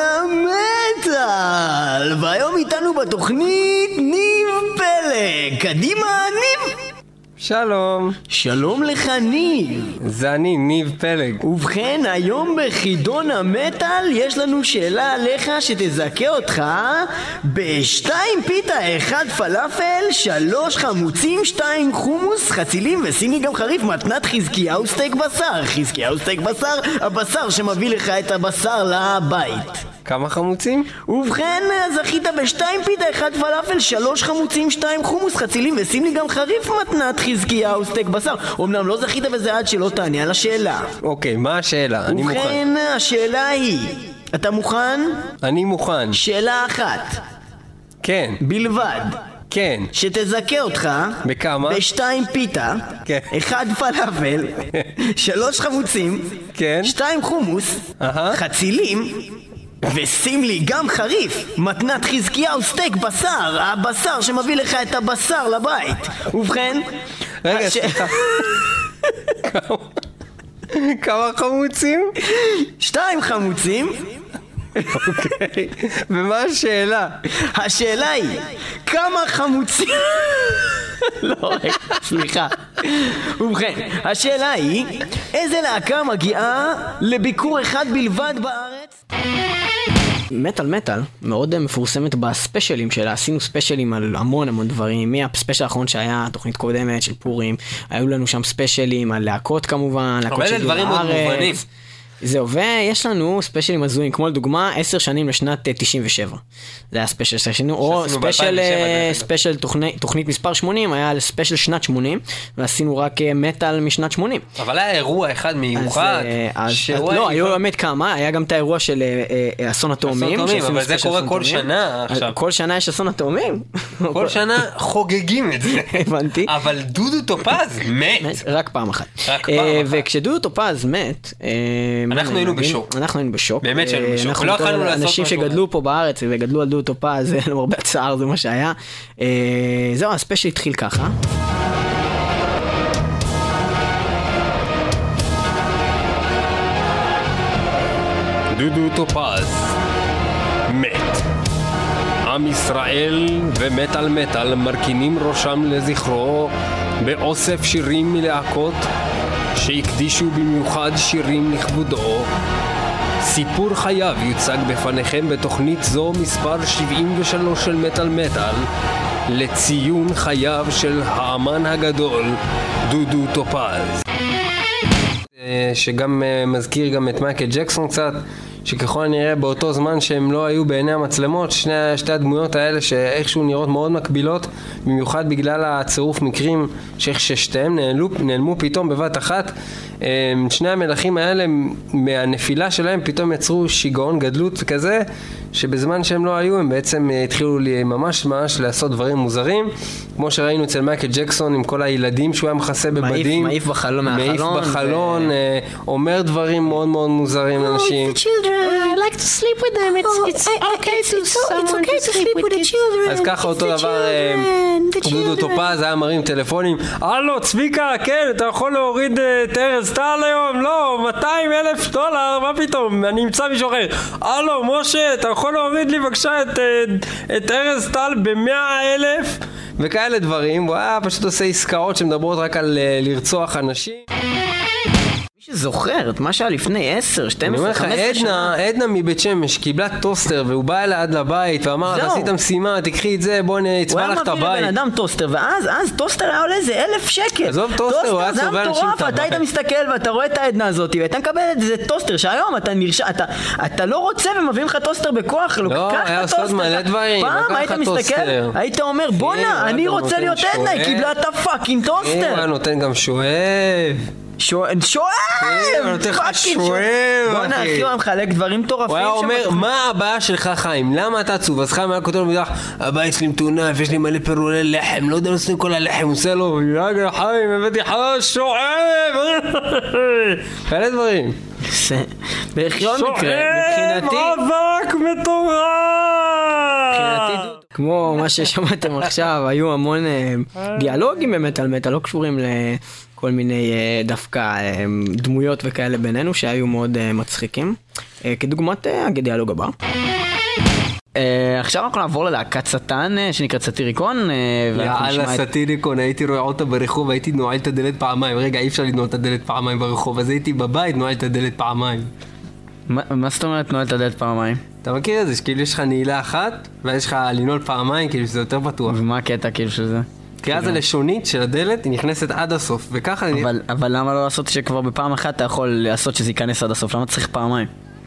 המטל, והיום איתנו בתוכנית ניב פלג. קדימה ניב. שלום. שלום לך ניב. זה אני, ניב פלג. ובכן, היום בחידון המטל יש לנו שאלה עליך שתזכה אותך ב2 פיתה, 1 פלאפל, 3 חמוצים, 2 חומוס, חצילים ושימי גם חריף, מתנת חזקיהו סטייק בשר. חזקיהו סטייק בשר, הבשר שמביא לך את הבשר לבית. כמה חמוצים? ובכן, זכית ב2 פיתה, 1 פלאפל, 3 חמוצים, 2 חומוס, חצילים ושים לי גם חריף, מתנת חזקיהו סטייק בשר. אמנם לא זכית בזה עד שלא תענה על השאלה. אוקיי, מה השאלה? אני מוכן. ובכן, השאלה היא, אתה מוכן? אני מוכן. שאלה אחת. כן. בלבד. כן. שתזכה אותך. בכמה? ב2 פיתה. כן. 1 פלאפל. 3 חמוצים. כן. 2 חומוס. חצילים. ושים לי גם חריף, מתנת חזקיהו סטייק בשר, הבשר שמביא לך את הבשר לבית. ובכן, רגע, סליחה. כמה חמוצים? 2 חמוצים. אוקיי, ומה השאלה? השאלה היא, כמה חמוצים... לא, סליחה. ובכן, השאלה היא, איזה להקה מגיעה לביקור אחד בלבד בארץ? מטל מטל מאוד מפורסמת בספיישלים שלה. עשינו ספיישלים על המון דברים. מהספיישל האחרון שהיה תוכנית קודמת של פורים, היו לנו שם ספיישלים על להקות כמובן, להקות של דברים מאוד מובנים. זהו, ויש לנו ספיישלים הזויים, כמו לדוגמה 10 שנים לשנת 97. זה היה ספיישל שעשינו, או ספיישל תוכנית מספר 80, היה ספיישל שנת 80, ועשינו רק מטל משנת 80. אבל היה אירוע אחד מיוחד. לא, היו באמת כמה, היה גם את האירוע של אסון התאומים. אבל זה קורה כל שנה עכשיו. כל שנה יש אסון התאומים. כל שנה חוגגים את זה. הבנתי. אבל דודו טופז מת. רק פעם אחת. וכשדודו טופז מת, אנחנו היינו בשוק. באמת שהיינו בשוק. לא יכולנו לעשות אנשים שגדלו פה בארץ וגדלו על דודו טופז, זה לא הרבה הצער, זה מה שהיה. זהו, הספיישל התחיל ככה. דודו טופז מת. עם ישראל ומטל מטל מרכינים ראשם לזכרו באוסף שירים מלהקות שהקדישו במיוחד שירים לכבודו. סיפור חייו יוצג בפניכם בתוכנית זו מספר 73 של מטל מטל לציון חייו של האמן הגדול דודו טופז, שגם מזכיר גם את מייקל ג'קסון קצת, שככל הנראה באותו זמן שהם לא היו בעיני המצלמות, שתי הדמויות האלה שאיכשהו נראות מאוד מקבילות, במיוחד בגלל הצירוף מקרים שאיך ששתיהם נעלמו פתאום בבת אחת. שני המלכים האלה מהנפילה שלהם פתאום יצרו שיגעון גדלות וכזה, שבזמן שהם לא היו הם בעצם התחילו ממש לעשות דברים מוזרים, כמו שראינו אצל מייקל ג'קסון עם כל הילדים שהוא היה מכסה בבדים, מעיף בחלון, אומר דברים מאוד מאוד מוזרים לאנשים. I like to sleep with them. It's okay to sleep with the children. אז ככה אותו דבר דודו טופז היה מרים טלפונים, הלו צביקה, כן, אתה יכול להוריד את ארז טל היום? לא, $200,000, מה פתאום, אני אמצא מישהו אחר. הלו משה, אתה יכול להוריד לי בבקשה את ארז טל ב100,000? וכאלה דברים. הוא היה פשוט עושה עסקאות שמדברות רק על לרצוח אנשים. מי שזוכר את מה שהיה לפני 10, 12, 15 שנה. עדנה מבית שמש קיבלה טוסטר והוא בא אליה עד לבית ואמר, עשית משימה, תקחי את זה, בוא נצבע לך את הבית. הוא היה מביא לבן אדם טוסטר, ואז טוסטר היה עולה איזה 1,000 שקל. עזוב טוסטר, הוא היה סובל אנשים את הבית. אתה היית מסתכל ואתה רואה את העדנה הזאת ואתה מקבל את זה טוסטר שהיום אתה לא רוצה ומביאים לך טוסטר בכוח, לא, היה עושות מלא דברים. פעם היית מסתכל, היית אומר בואנה, אני רוצה להיות עדנה, היא קיבלה את הפאקינג טוסטר. הוא היה נותן גם שואב. שואב! בוא נאחי, הוא מחלק דברים טורפים. הוא היה אומר, מה הבעיה שלך חיים? למה אתה עצוב? אז חיים היה כותב לו, הבית שלי מטונף, יש לי מלא פירולי לחם, לא יודע לשים כל הלחם, הוא עושה לו, רגע חיים, הבאתי חדש, שואב! כאלה דברים. בכל מקרה, מבחינתי... מאבק מטורף! כמו מה ששמעתם עכשיו, היו המון דיאלוגים במטל מטל, לא קשורים לכל מיני דווקא דמויות וכאלה בינינו, שהיו מאוד מצחיקים. כדוגמת הדיאלוג הבא. עכשיו אנחנו נעבור ללהקת שטן שנקראת סאטיריקון. יאללה סאטיריקון, הייתי רואה אותה ברחוב, הייתי נועל את הדלת פעמיים. רגע, אי אפשר לנועל את הדלת פעמיים ברחוב, אז הייתי בבית נועל את הדלת פעמיים. מה זאת אומרת נועל את הדלת פעמיים? אתה מכיר את זה, שכאילו יש לך נעילה אחת ויש לך לנעול פעמיים, כאילו שזה יותר פתוח. ומה הקטע כאילו של זה? כי אז הלשונית של הדלת היא נכנסת עד הסוף, וככה... אבל למה לא לעשות שכבר בפעם אחת אתה יכול לעשות שזה ייכנס עד הסוף? למה צריך פעמיים?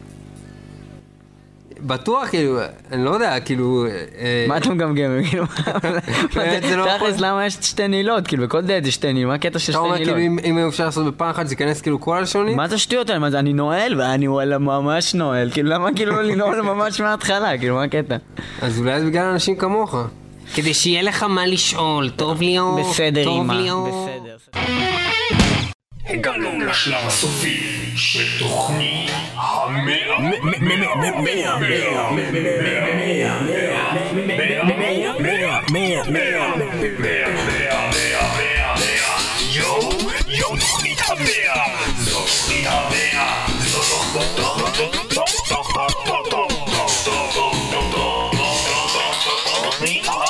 בטוח, כאילו, אני לא יודע, כאילו... מה אתם מגמגמים? כאילו, תכלס, למה יש שתי נעילות? כאילו, בכל דלת יש שתי נעילות, מה הקטע של שתי נעילות? אתה אומר, כאילו, אם אפשר לעשות בפעם אחת, זה ייכנס כאילו כל הלשונית? מה זה שטויות האלה? אני נועל, ואני ממש נועל. כאילו, למה כאילו לנעול ממש מההתחלה? כאילו, מה הקטע? אז אולי זה בגלל אנשים כמוך. כדי שיהיה לך מה לשאול, טוב לי או... בסדר, אמא, בסדר. הגענו לשלב הסופי של תוכנית יום תוכנית 100. זו תוכנית 100. תוכנית 100.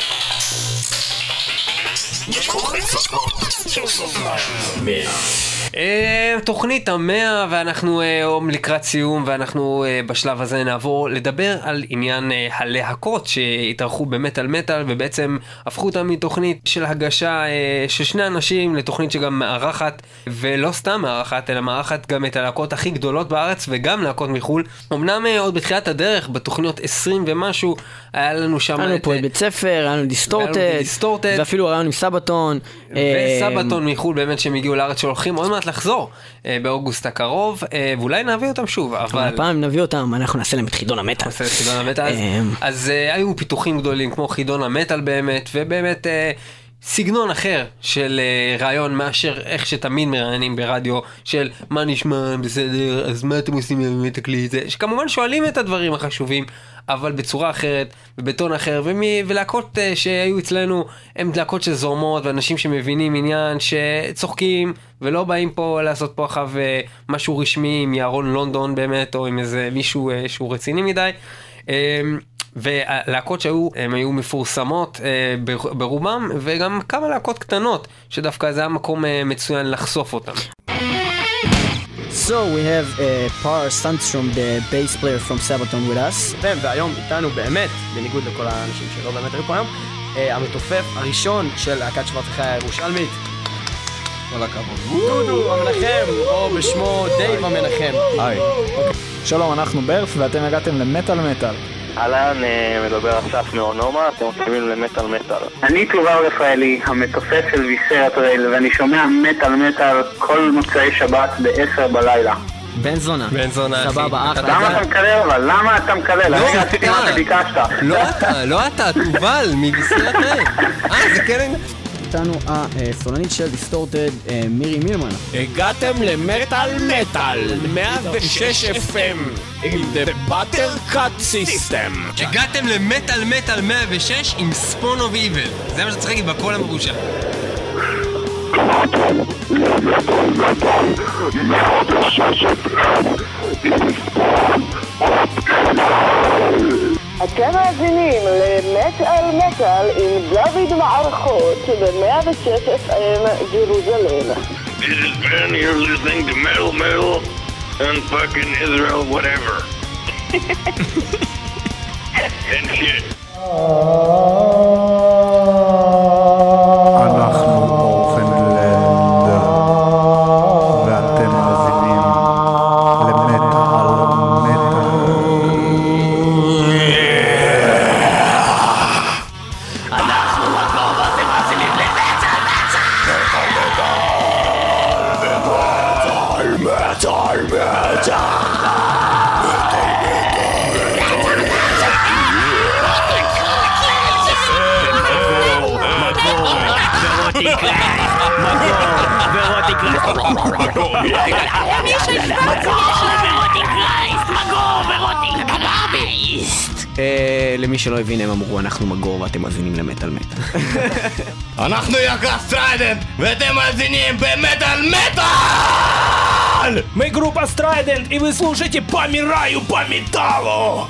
יש כל חצות של סוף 100. תוכנית 100, ואנחנו לקראת סיום, ואנחנו בשלב הזה נעבור לדבר על עניין הלהקות שהתארחו במטל מטל, ובעצם הפכו אותם מתוכנית של הגשה של שני אנשים לתוכנית שגם מארחת, ולא סתם מארחת, אלא מארחת גם את הלהקות הכי גדולות בארץ וגם להקות מחול. אמנם עוד בתחילת הדרך, בתוכניות 20 ומשהו, היה לנו שם... היה לנו פה בית ספר, היה לנו דיסטורטד, ואפילו היה לנו סבתון. וסבתון מחול באמת שהם הגיעו לארץ שהולכים עוד מעט לחזור באוגוסט הקרוב, ואולי נביא אותם שוב, אבל... הפעם נביא אותם, אנחנו נעשה להם את חידון המטל. אז היו פיתוחים גדולים כמו חידון המטל באמת, ובאמת... סגנון אחר של רעיון מאשר איך שתמיד מראיינים ברדיו של מה נשמע בסדר, אז מה אתם עושים באמת הכלי זה, שכמובן שואלים את הדברים החשובים, אבל בצורה אחרת ובטון אחר, ולהקות שהיו אצלנו הם להקות שזורמות ואנשים שמבינים עניין, שצוחקים ולא באים פה לעשות פה אחר משהו רשמי עם ירון לונדון באמת, או עם איזה מישהו שהוא רציני מדי. ולהקות שהיו, הן היו מפורסמות ברובם, וגם כמה להקות קטנות, שדווקא זה היה מקום מצוין לחשוף אותם. So we have Par Sandstrom, the bass player from Sabaton with us. והיום איתנו באמת, בניגוד לכל האנשים שלא באמת היו פה היום, המתופף הראשון של להקת שוורץ החיה הירושלמית. כל הכבוד. דודו המנחם, או בשמו דייב המנחם. היי. שלום, אנחנו ברף ואתם הגעתם למטל מטל. אהלן, מדבר אסף מאונומה, אתם מקשיבים למטל מטל. אני תובל רפאלי, המתופף של ויסרת רייל, ואני שומע מטל מטל כל מוצאי שבת ב-10 בלילה. בן זונה. בן זונה, סבבה, אחלה. למה אתה מקלל אבל? למה אתה מקלל? הרגע עשיתי מה שביקשת. לא אתה, תובל מוויסרת רייל. זה כן... איתנו הסולנית של דיסטורטד, מירי מילמן. הגעתם למטל מטל 106 FM עם The Buttercut System. הגעתם למטל מטל 106 עם Spawn of Evil. זה מה שצריך להגיד בקול המרושע. אתם מאזינים למטל מטל עם דוד מערכות ב-106 FM ג'רוזלם. This is Ben, you're listening to Metal Metal and fucking Israel whatever. And shit. אנחנו אורפנלנד ואתם מאזינים למטל מטל. למי שלא הבין, הם אמרו אנחנו מגור ואתם מאזינים למטל מטל. אנחנו יקר סטריידנט ואתם מאזינים במטל מטל! Мы группа Strident, и вы слушаете по Мираю, по Металлу!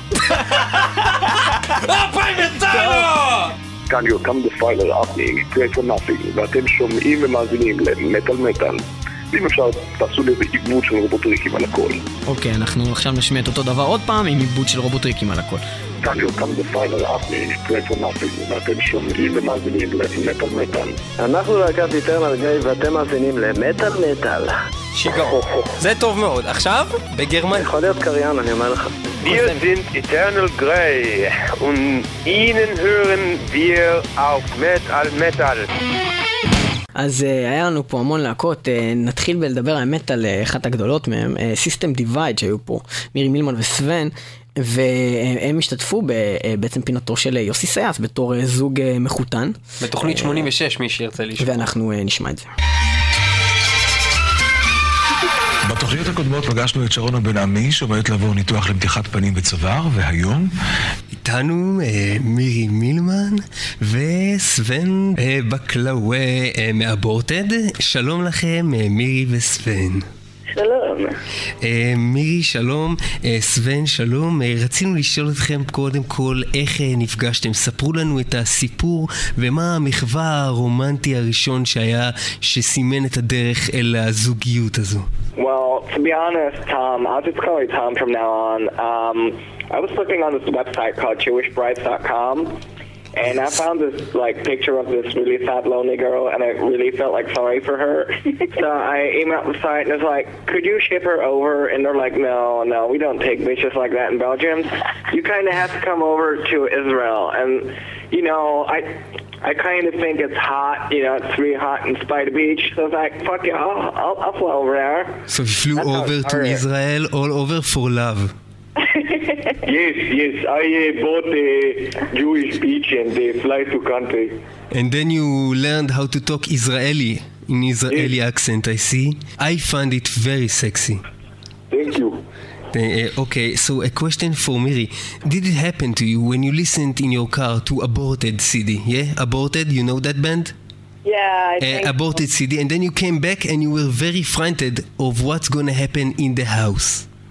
по Металлу! כאן יותם דפיילר אפנינג, פרי פור נאפינג, ואתם שומעים ומאזינים למטל מטל. אם אפשר, תעשו לי עיבוד של רובוטריקים על הכל. אוקיי, אנחנו עכשיו נשמיע את אותו דבר עוד פעם עם עיבוד של רובוטריקים על הכל. כאן יותם דפיילר אפנינג, פרי פור נאפינג, ואתם שומעים ומאזינים למטל מטל. אנחנו להקת איטרנל גריי ואתם מאזינים למטל מטל. שיגעון. זה טוב מאוד. עכשיו, בגרמניה. יכול להיות קריין, אני אומר לך. Wir sind Eternal Grey und Ihnen hören wir auf Metal Metal. אז היה לנו פה המון להקות, נתחיל בלדבר האמת על אחת הגדולות מהם, System Divide שהיו פה, מירי מילמן וסוון, והם השתתפו בעצם פינתו של יוסי סייס בתור זוג מחותן. בתוכנית 86 מי שירצה לשמוע. ואנחנו נשמע את זה. בתוכניות הקודמות פגשנו את שרונה בן עמי שעומדת לעבור ניתוח למתיחת פנים וצוואר, והיום איתנו מירי מילמן וסוון בקלאווה מאבורטד. שלום לכם מירי וסוון. שלום. מירי, שלום. סבן, שלום. רצינו לשאול אתכם קודם כל איך נפגשתם. ספרו לנו את הסיפור ומה המחווה הרומנטי הראשון שסימן את הדרך אל הזוגיות הזו. Well, to be honest, Tom, I'll just call you Tom from now on. I was looking on this website called JewishBrides.com, and I found this picture of this really sad, lonely girl, and I really felt sorry for her. So I emailed the site and was like, could you ship her over? And they're like, no, we don't take bitches like that in Belgium. You kind of have to come over to Israel. And, I kind of think it's hot, it's really hot in Spider Beach. So I was like, fuck yeah, I'll fly over there. So you flew over to Israel all over for love. Yes, I bought a Jewish beach and they fly to country. And then you learned how to talk Israeli, in Israeli accent, I see. I find it very sexy. Thank you. Okay, so a question for Miri. Did it happen to you when you listened in your car to Aborted CD? Yeah? Aborted, you know that band? Yeah, I think Aborted CD, and then you came back and you were very frightened of what's gonna happen in the house.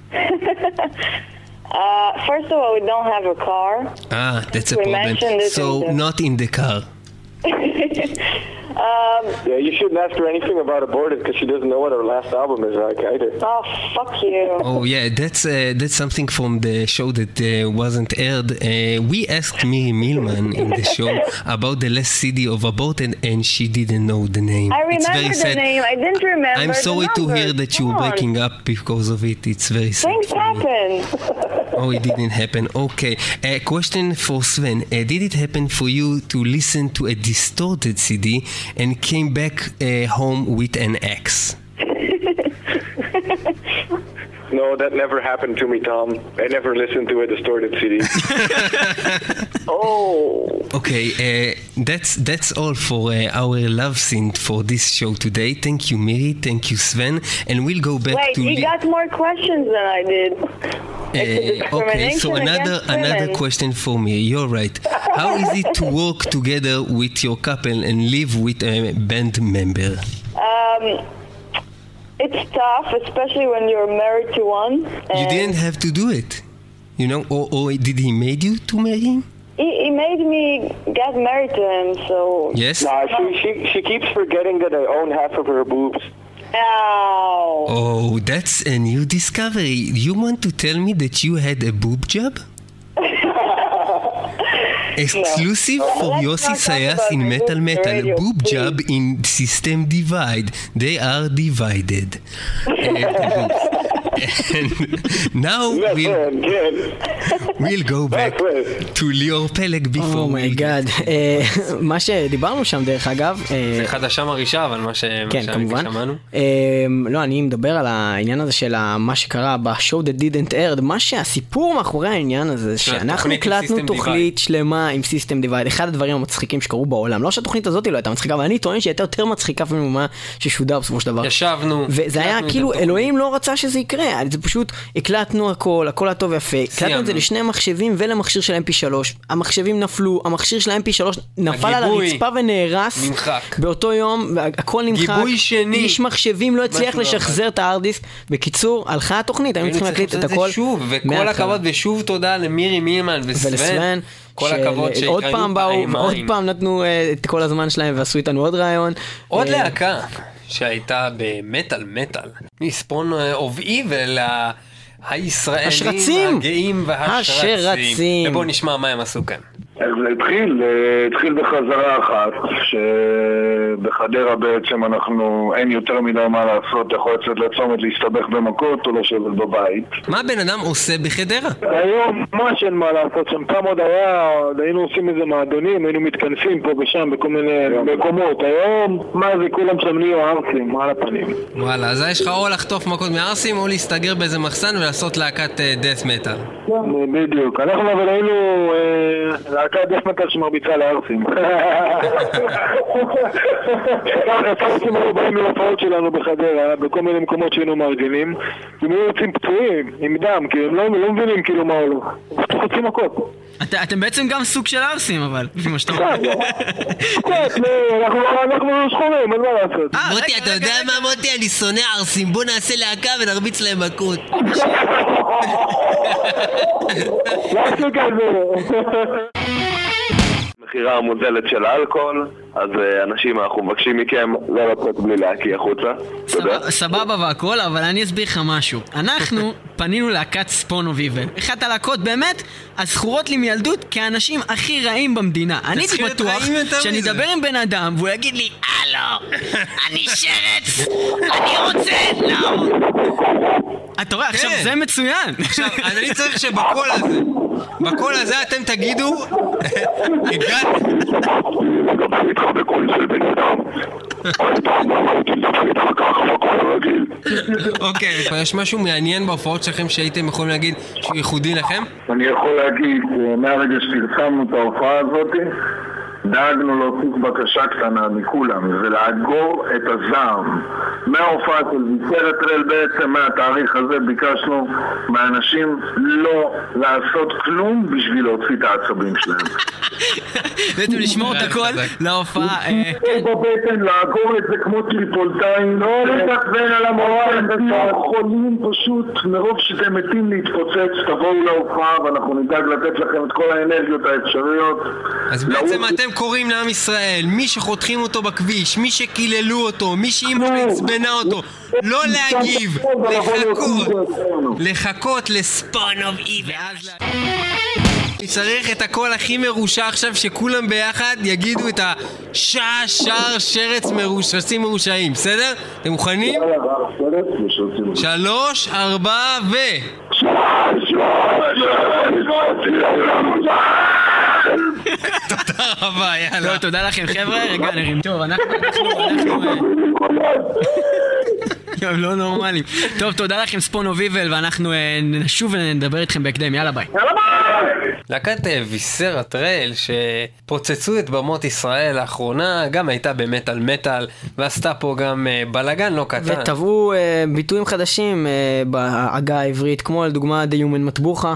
First of all, we don't have a car. That's a problem. So, not in the car. Yeah, you shouldn't ask her anything about Aborted because she doesn't know what her last album is like either. Oh, fuck you. Oh yeah, that's something from the show that wasn't aired. We asked Miri Millman in the show about the last CD of Aborted and she didn't know the name. I remember the name, I didn't remember I'm sorry to hear that you were breaking up because of it. It's very sad. Things happen. Oh, it didn't happen. Okay. A question for Sven. Did it happen for you to listen to a distorted CD and came back home with an ex? No, that never happened to me, Tom. I never listened to a distorted CD. Oh. Okay, that's all for our love scene for this show today. Thank you, Miri. Thank you, Sven. And we'll go back to... Wait, you got more questions than I did. Okay, so another question for me. You're right. How is it to work together with your couple and live with a band member? It's tough, especially when you're married to one. You didn't have to do it, or did he made you to marry him? He made me get married to him, so... Yes? Nah, she keeps forgetting that I own half of her boobs. Ow. Oh, that's a new discovery. You want to tell me that you had a boob job? Exclusive for Yossi Sayas in Metal Metal. Boob job in System Divide. They are divided. And now we'll go back to ליאור פלג before we God. מה שדיברנו שם דרך אגב זה חדשה מרעישה אבל מה ששמענו לא, אני מדבר על העניין הזה של מה שקרה בשואו that didn't aired. מה שהסיפור מאחורי העניין הזה שאנחנו הקלטנו תוכנית שלמה עם System Divide, אחד הדברים המצחיקים שקרו בעולם. לא שהתוכנית הזאת לא הייתה מצחיקה, אבל אני טוען שהיא הייתה יותר מצחיקה אפילו ממה ששודר בסופו של דבר. ישבנו וזה היה כאילו אלוהים לא רצה שזה יקרה, זה פשוט הקלטנו הכל הטוב ויפה, הקלטנו את זה לשני מחשבים ולמכשיר של MP3, המחשבים נפלו, המכשיר של MP3 נפל על הרצפה ונהרס באותו יום, הכל נמחק, איש מחשבים לא הצליח לשחזר את הארדיסק. בקיצור, הלכה התוכנית, היינו צריכים להקליט את הכל וכל הכבוד, ושוב תודה למירי מילמן וסבן, כל הכבוד עוד פעם באו, עוד פעם נתנו את כל הזמן שלהם ועשו איתנו עוד רעיון. עוד להקה שהייתה במטל מטל מספון אובעי הישראלים הגאים והשרצים. ובואו נשמע מה הם עשו כאן. אז זה התחיל בחזרה אחת, שבחדרה בעצם אין יותר מדי מה לעשות, יכול לצאת לצומת להסתבך במכות או לשבת בבית. מה בן אדם עושה בחדרה? היום ממש אין מה לעשות, שם פעם עוד היינו עושים איזה מעדונים, היינו מתכנסים פה ושם בכל מיני מקומות. היום, מה זה, כולם שם נהיו ערסים, על הפנים. וואלה, אז יש לך או לחטוף מכות מערסים או להסתגר באיזה מחסן ולעשות להקת death metal. בדיוק, אנחנו אבל היינו להקה דף מטל שמרביצה לארסים. אפרסים היו באים להופעות שלנו בחדרה, בכל מיני מקומות שהיינו מארגנים, הם היו יוצאים פצועים, עם דם, כי הם לא מבינים כאילו מה הולך. הם פשוט חוצים מכות. אתם בעצם גם סוג של ארסים, אבל, לפי מה שאתה אומר. אנחנו שחורים, אין מה לעשות. מוטי, אתה יודע מה מוטי? אני שונא ארסים, בוא נעשה להקה ונרביץ להם מכות. מחירה המוזלת של האלכוהול, אז אנשים, אנחנו מבקשים מכם לא לצאת בלי להקיא החוצה. סבבה והכל, אבל אני אסביר לך משהו. אנחנו פנינו להקת ספונו ויבל. אחת הלהקות באמת הזכורות לי מילדות כאנשים הכי רעים במדינה. אני הייתי בטוח שאני אדבר עם בן אדם והוא יגיד לי, הלו, אני שרץ, אני רוצה, לא. אתה רואה, עכשיו זה מצוין. עכשיו, אני צריך בקול הזה אתם תגידו הגעת אוקיי, יש משהו מעניין בהופעות שלכם שהייתם יכולים להגיד שהוא ייחודי לכם? אני יכול להגיד, מהרגע שפרסמנו את ההופעה הזאת, דאגנו להוסיף בקשה קטנה מכולם, זה לאגור את הזעם. מההופעה של ויסרת רל בעצם, מהתאריך הזה, ביקשנו מאנשים לא לעשות כלום בשביל להוציא את העצבים שלהם. בעצם לשמור את הכל להופעה. בבטן, לאגור את זה כמו טריפולטיים, לא להתעצבן על המורל, אתם חולים פשוט, מרוב שאתם מתים להתפוצץ, תבואו להופעה ואנחנו נדאג לתת לכם את כל האנרגיות האפשריות. אז בעצם אתם קוראים לעם ישראל, מי שחותכים אותו בכביש, מי שקיללו אותו, מי שאמא שעצבנה אותו, לא להגיב, לחכות לספון אוף איבל. אני צריך את הכל הכי מרושע עכשיו שכולם ביחד יגידו את השער שרץ מרושעים מרושעים, בסדר? אתם מוכנים? 3, 4 ו... תודה רבה, יאללה. טוב, תודה לכם חבר'ה, רגע נרים. טוב, אנחנו הם לא נורמלים. טוב, תודה לכם ספונו ויבל, ואנחנו נשוב ונדבר איתכם בהקדם, יאללה ביי. להקת ויסרת רל שפוצצו את במות ישראל לאחרונה גם הייתה במטל מטל ועשתה פה גם בלגן לא קטן וטבעו ביטויים חדשים בעגה העברית כמו לדוגמה The Human מטבוחה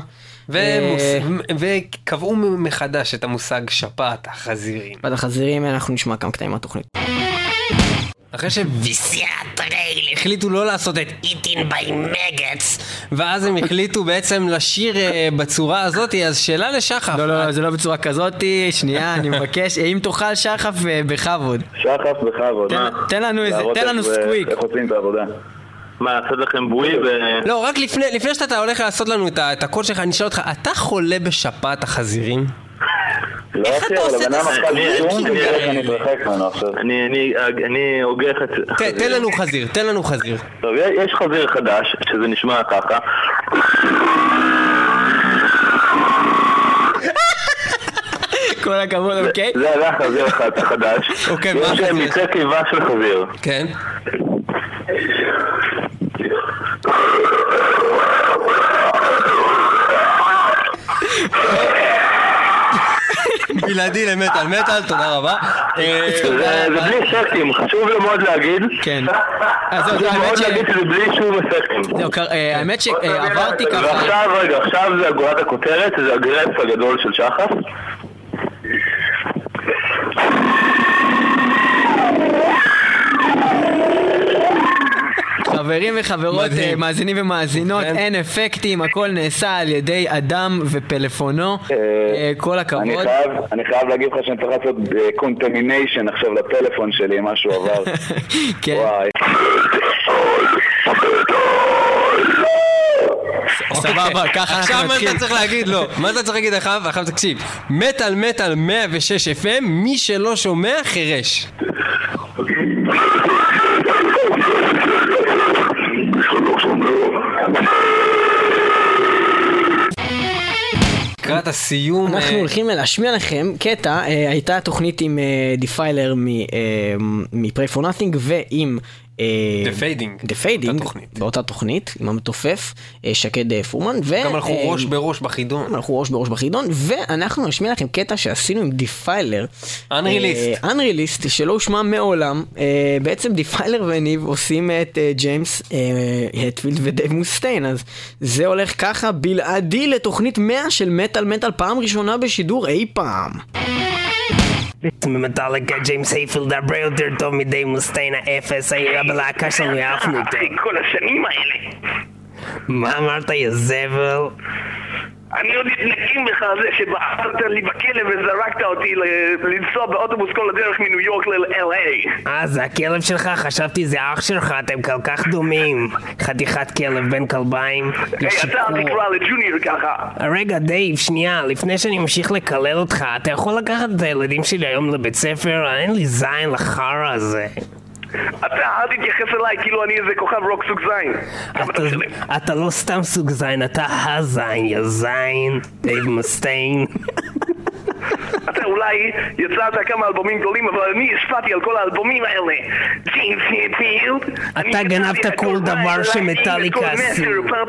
וקבעו מחדש את המושג שפעת החזירים. שפעת החזירים אנחנו נשמע כמה קטעים מהתוכנית. אחרי שוויסרת רייל החליטו לא לעשות את Eaten by Maggots ואז הם החליטו בעצם לשיר בצורה הזאת. אז שאלה לשחף. לא, זה לא בצורה כזאת. שנייה, אני מבקש, אם תוכל שחף בכבוד. שחף בכבוד, מה? תן לנו סקוויק. איך עושים את העבודה? מה, לעשות לכם בוי ו... לא, רק לפני שאתה הולך לעשות לנו את הקול שלך, אני אשאל אותך, אתה חולה בשפעת החזירים? איך אתה עושה את זה? אני אוגח את חזיר. תן לנו חזיר. טוב, יש חזיר חדש, שזה נשמע ככה. כל הכבוד, אוקיי? זה החזיר החדש. יש מצא קיבה של חזיר. כן. בלעדי למטל מטל, תודה רבה. זה בלי אפקטים, חשוב לו מאוד להגיד. כן. חשוב מאוד להגיד שזה בלי שום אפקטים. האמת שעברתי ככה. ועכשיו זה הגורת הכותרת, זה הגרף הגדול של שחף. חברים וחברות, מאזינים ומאזינות, אין אפקטים, הכל נעשה על ידי אדם ופלאפונו. כל הכבוד. אני חייב להגיד לך שאני צריך לעשות קונטמיניישן עכשיו לפלאפון שלי, משהו עבר. כן. סבבה, ככה אנחנו נתחיל. עכשיו מה אתה צריך להגיד? לא, מה אתה צריך להגיד עכשיו תקשיב. מטל מטל 106 FM, מי שלא שומע חירש. לקראת הסיום אנחנו הולכים להשמיע לכם קטע. הייתה תוכנית עם דיפיילר מ-Pray for Nothing ועם The Fading, באותה תוכנית, עם המתופף, שקד פורמן, גם הלכו ראש בראש בחידון. ואנחנו נשמיע לכם קטע שעשינו עם דיפיילר. Unreleased, שלא הושמע מעולם. בעצם דיפיילר וניב עושים את ג'יימס הטפילד ודייב מוסטיין, אז זה הולך ככה בלעדי לתוכנית 100 של מטל, פעם ראשונה בשידור אי פעם. ממטאליקה, ג'יימס הייפילד הרבה יותר טוב מדייב מוסטיין האפס, היה בלהקה שלנו יעפנו אותו. כל השנים האלה. מה אמרת, יא זבל? אני עוד התנקים בך על זה שבערת לי בכלב וזרקת אותי לנסוע באוטובוס כל הדרך מניו יורק ל-LA. זה הכלב שלך? חשבתי זה אח שלך, אתם כל כך דומים. חתיכת כלב בין כלביים. אתה אל תקרא לג'וניור ככה. רגע דייב, שנייה, לפני שאני ממשיך לקלל אותך, אתה יכול לקחת את הילדים שלי היום לבית ספר? אין לי זין לחרא הזה. אתה אל תתייחס אליי כאילו אני איזה כוכב רוק סוג זין. אתה לא סתם סוג זין, אתה הזין, יא זין, דייב מוסטיין. אתה אולי יצרת כמה אלבומים גדולים, אבל אני השפעתי על כל האלבומים האלה. ג'יימס הטפילד. אתה גנבת כל דבר שמטאליקה עשו.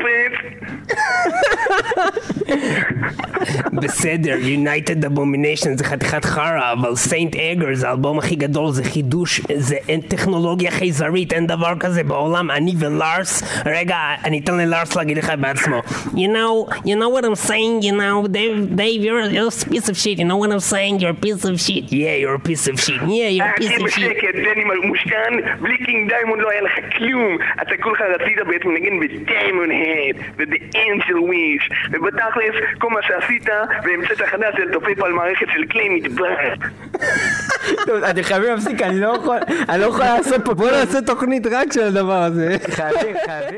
בסדר, United Abomination זה חתיכת חרא, אבל Saint Anger זה האלבום הכי גדול, זה חידוש, זה אין טכנולוגיה חייזרית, אין דבר כזה בעולם. אני ולארס, רגע, אני אתן ללארס להגיד לך בעצמו. You know what I'm saying, you know, Dave, you're a piece of shit, you know what I'm saying, you're a piece of shit, yeah, you're a piece of shit, yeah, you're a piece of shit. בשקט, דני מושכן, בלי קינג דיימונד לא היה לך כלום, אתה כולך רצית בעצם נגן בדיימונד הד, ובאנג'ל וויש, ובתכלס, כל מה שעשית, והמצאת חדש של תופף על מערכת של כלי מדבר. טוב, אתם חייבים להפסיק, אני לא יכול לעשות פה, בוא נעשה תוכנית רק של הדבר הזה. חייבים.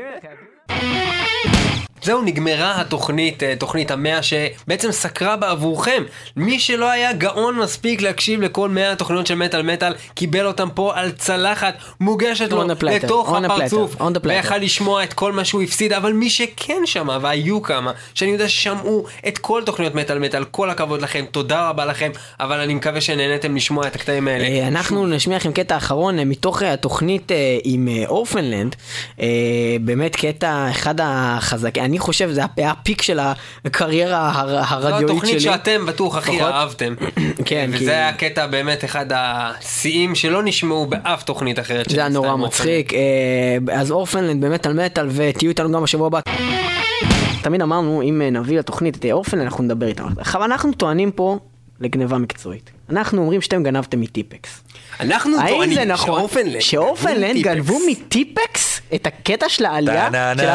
זהו, נגמרה התוכנית, תוכנית 100 שבעצם סקרה בעבורכם. מי שלא היה גאון מספיק להקשיב לכל 100 התוכניות של מטל, קיבל אותם פה על צלחת מוגשת לו לתוך הפרצוף, ויכל לשמוע את כל מה שהוא הפסיד. אבל מי שכן שמע, והיו כמה, שאני יודע ששמעו את כל תוכניות מטל, כל הכבוד לכם, תודה רבה לכם, אבל אני מקווה שנהנתם לשמוע את הקטעים האלה. אנחנו נשמיע לכם קטע אחרון מתוך התוכנית עם אורפנלנד, באמת קטע אחד החזק, אני חושב זה היה הפיק של הקריירה הרדיואית שלי. זו התוכנית שאתם בטוח הכי אהבתם. כן. וזה היה קטע באמת אחד השיאים שלא נשמעו באף תוכנית אחרת. זה היה נורא מצחיק. אז אורפנלנד באמת על מטל, ותהיו איתנו גם בשבוע הבא. תמיד אמרנו, אם נביא לתוכנית את אורפנלנד, אנחנו נדבר איתם. אבל אנחנו טוענים פה לגניבה מקצועית. אנחנו אומרים שאתם גנבתם מטיפקס. אנחנו טוענים שאורפנלנד גנבו מטיפקס את הקטע של העלייה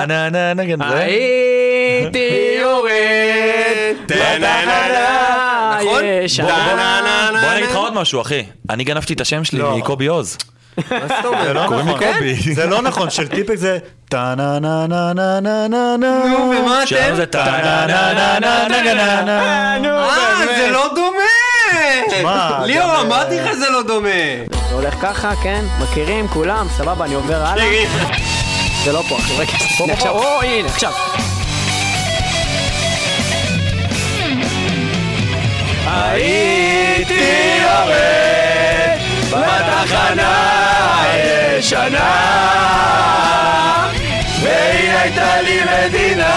הייתי יורד נכון? בוא נגיד לך עוד משהו אחי, אני גנבתי את השם שלי מקובי עוז. קוראים לי קובי. זה לא נכון, של טיפק זה טה-נה-נה-נה-נה-נה-נה. נו, ומה אתם? זה טה-נה-נה-נה-נה-נה-נה. זה לא דומה. ליאור, אמרתי לך זה לא דומה. זה הולך ככה, כן, מכירים כולם, סבבה, אני עובר הלאה. זה לא פה, רגע, פה, הנה, עכשיו. הייתי יורד בתחנה הישנה, והיא הייתה לי מדינה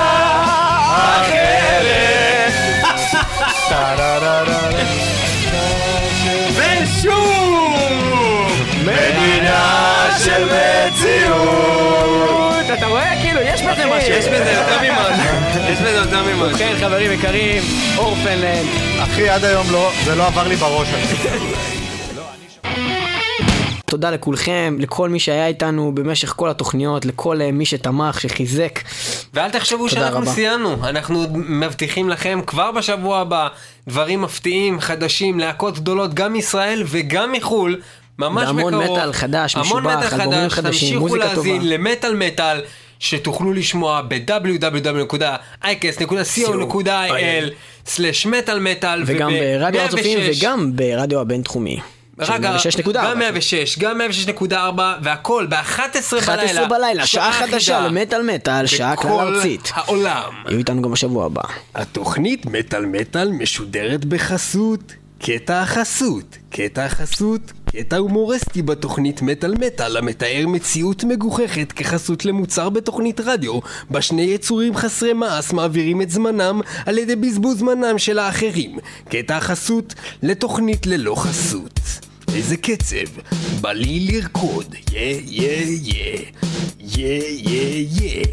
אחרת. ושוב מדינה של מציאות. אתה רואה? כאילו, יש בזה משהו. יש בזה יותר ממשהו. ובכן, חברים יקרים, אורפנלנד. אחי, עד היום לא, זה לא עבר לי בראש. תודה לכולכם, לכל מי שהיה איתנו במשך כל התוכניות, לכל מי שתמך, שחיזק. ואל תחשבו שאנחנו סיימנו, אנחנו מבטיחים לכם כבר בשבוע הבא דברים מפתיעים, חדשים, להקות גדולות, גם מישראל וגם מחול, ממש בקרוב. והמון מטל חדש, משובח, אלבומים חדשים, מוזיקה טובה. תמשיכו להזין למטל, שתוכלו לשמוע ב-www.icast.co.il/מטלמטל, וגם ברדיו הצופים וגם ברדיו הבינתחומי. גם 106, גם 106.4, והכל ב-11 בלילה, שעה חדשה למטל, שעה כלל ארצית. העולם. יהיו איתנו גם בשבוע הבא. התוכנית מטל משודרת בחסות קטע החסות, קטע החסות, קטע הומורסטי בתוכנית מטל מטל המתאר מציאות מגוחכת כחסות למוצר בתוכנית רדיו בה שני יצורים חסרי מעש מעבירים את זמנם על ידי בזבוז זמנם של האחרים. קטע החסות לתוכנית ללא חסות. איזה קצב, בא לי לרקוד, יא יא יא יא יא יא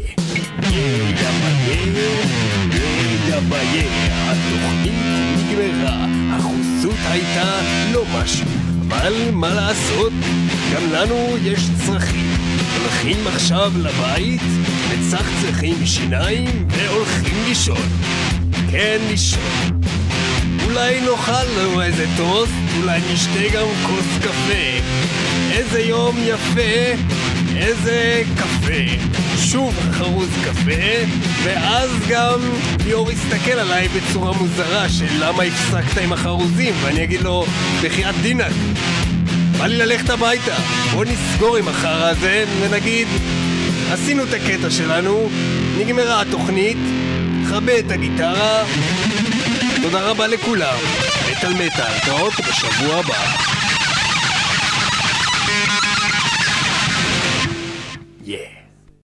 התוכנית נגמרה, החסות הייתה לא משהו, אבל מה לעשות, גם לנו יש צרכים. הולכים עכשיו לבית, מצחצחים שיניים והולכים לישון. כן, לישון. אולי נאכל לנו איזה טוסט, אולי נשתה גם כוס קפה. איזה יום יפה, איזה קפה. שוב חרוז קפה, ואז גם ליאור יסתכל עליי בצורה מוזרה של למה הפסקת עם החרוזים, ואני אגיד לו, בחיית דינק, בא לי ללכת הביתה, בוא נסגור עם החרא הזה ונגיד, עשינו את הקטע שלנו, נגמרה התוכנית, חבא את הגיטרה, תודה רבה לכולם, מטל מטל, תראות בשבוע הבא. Yeah.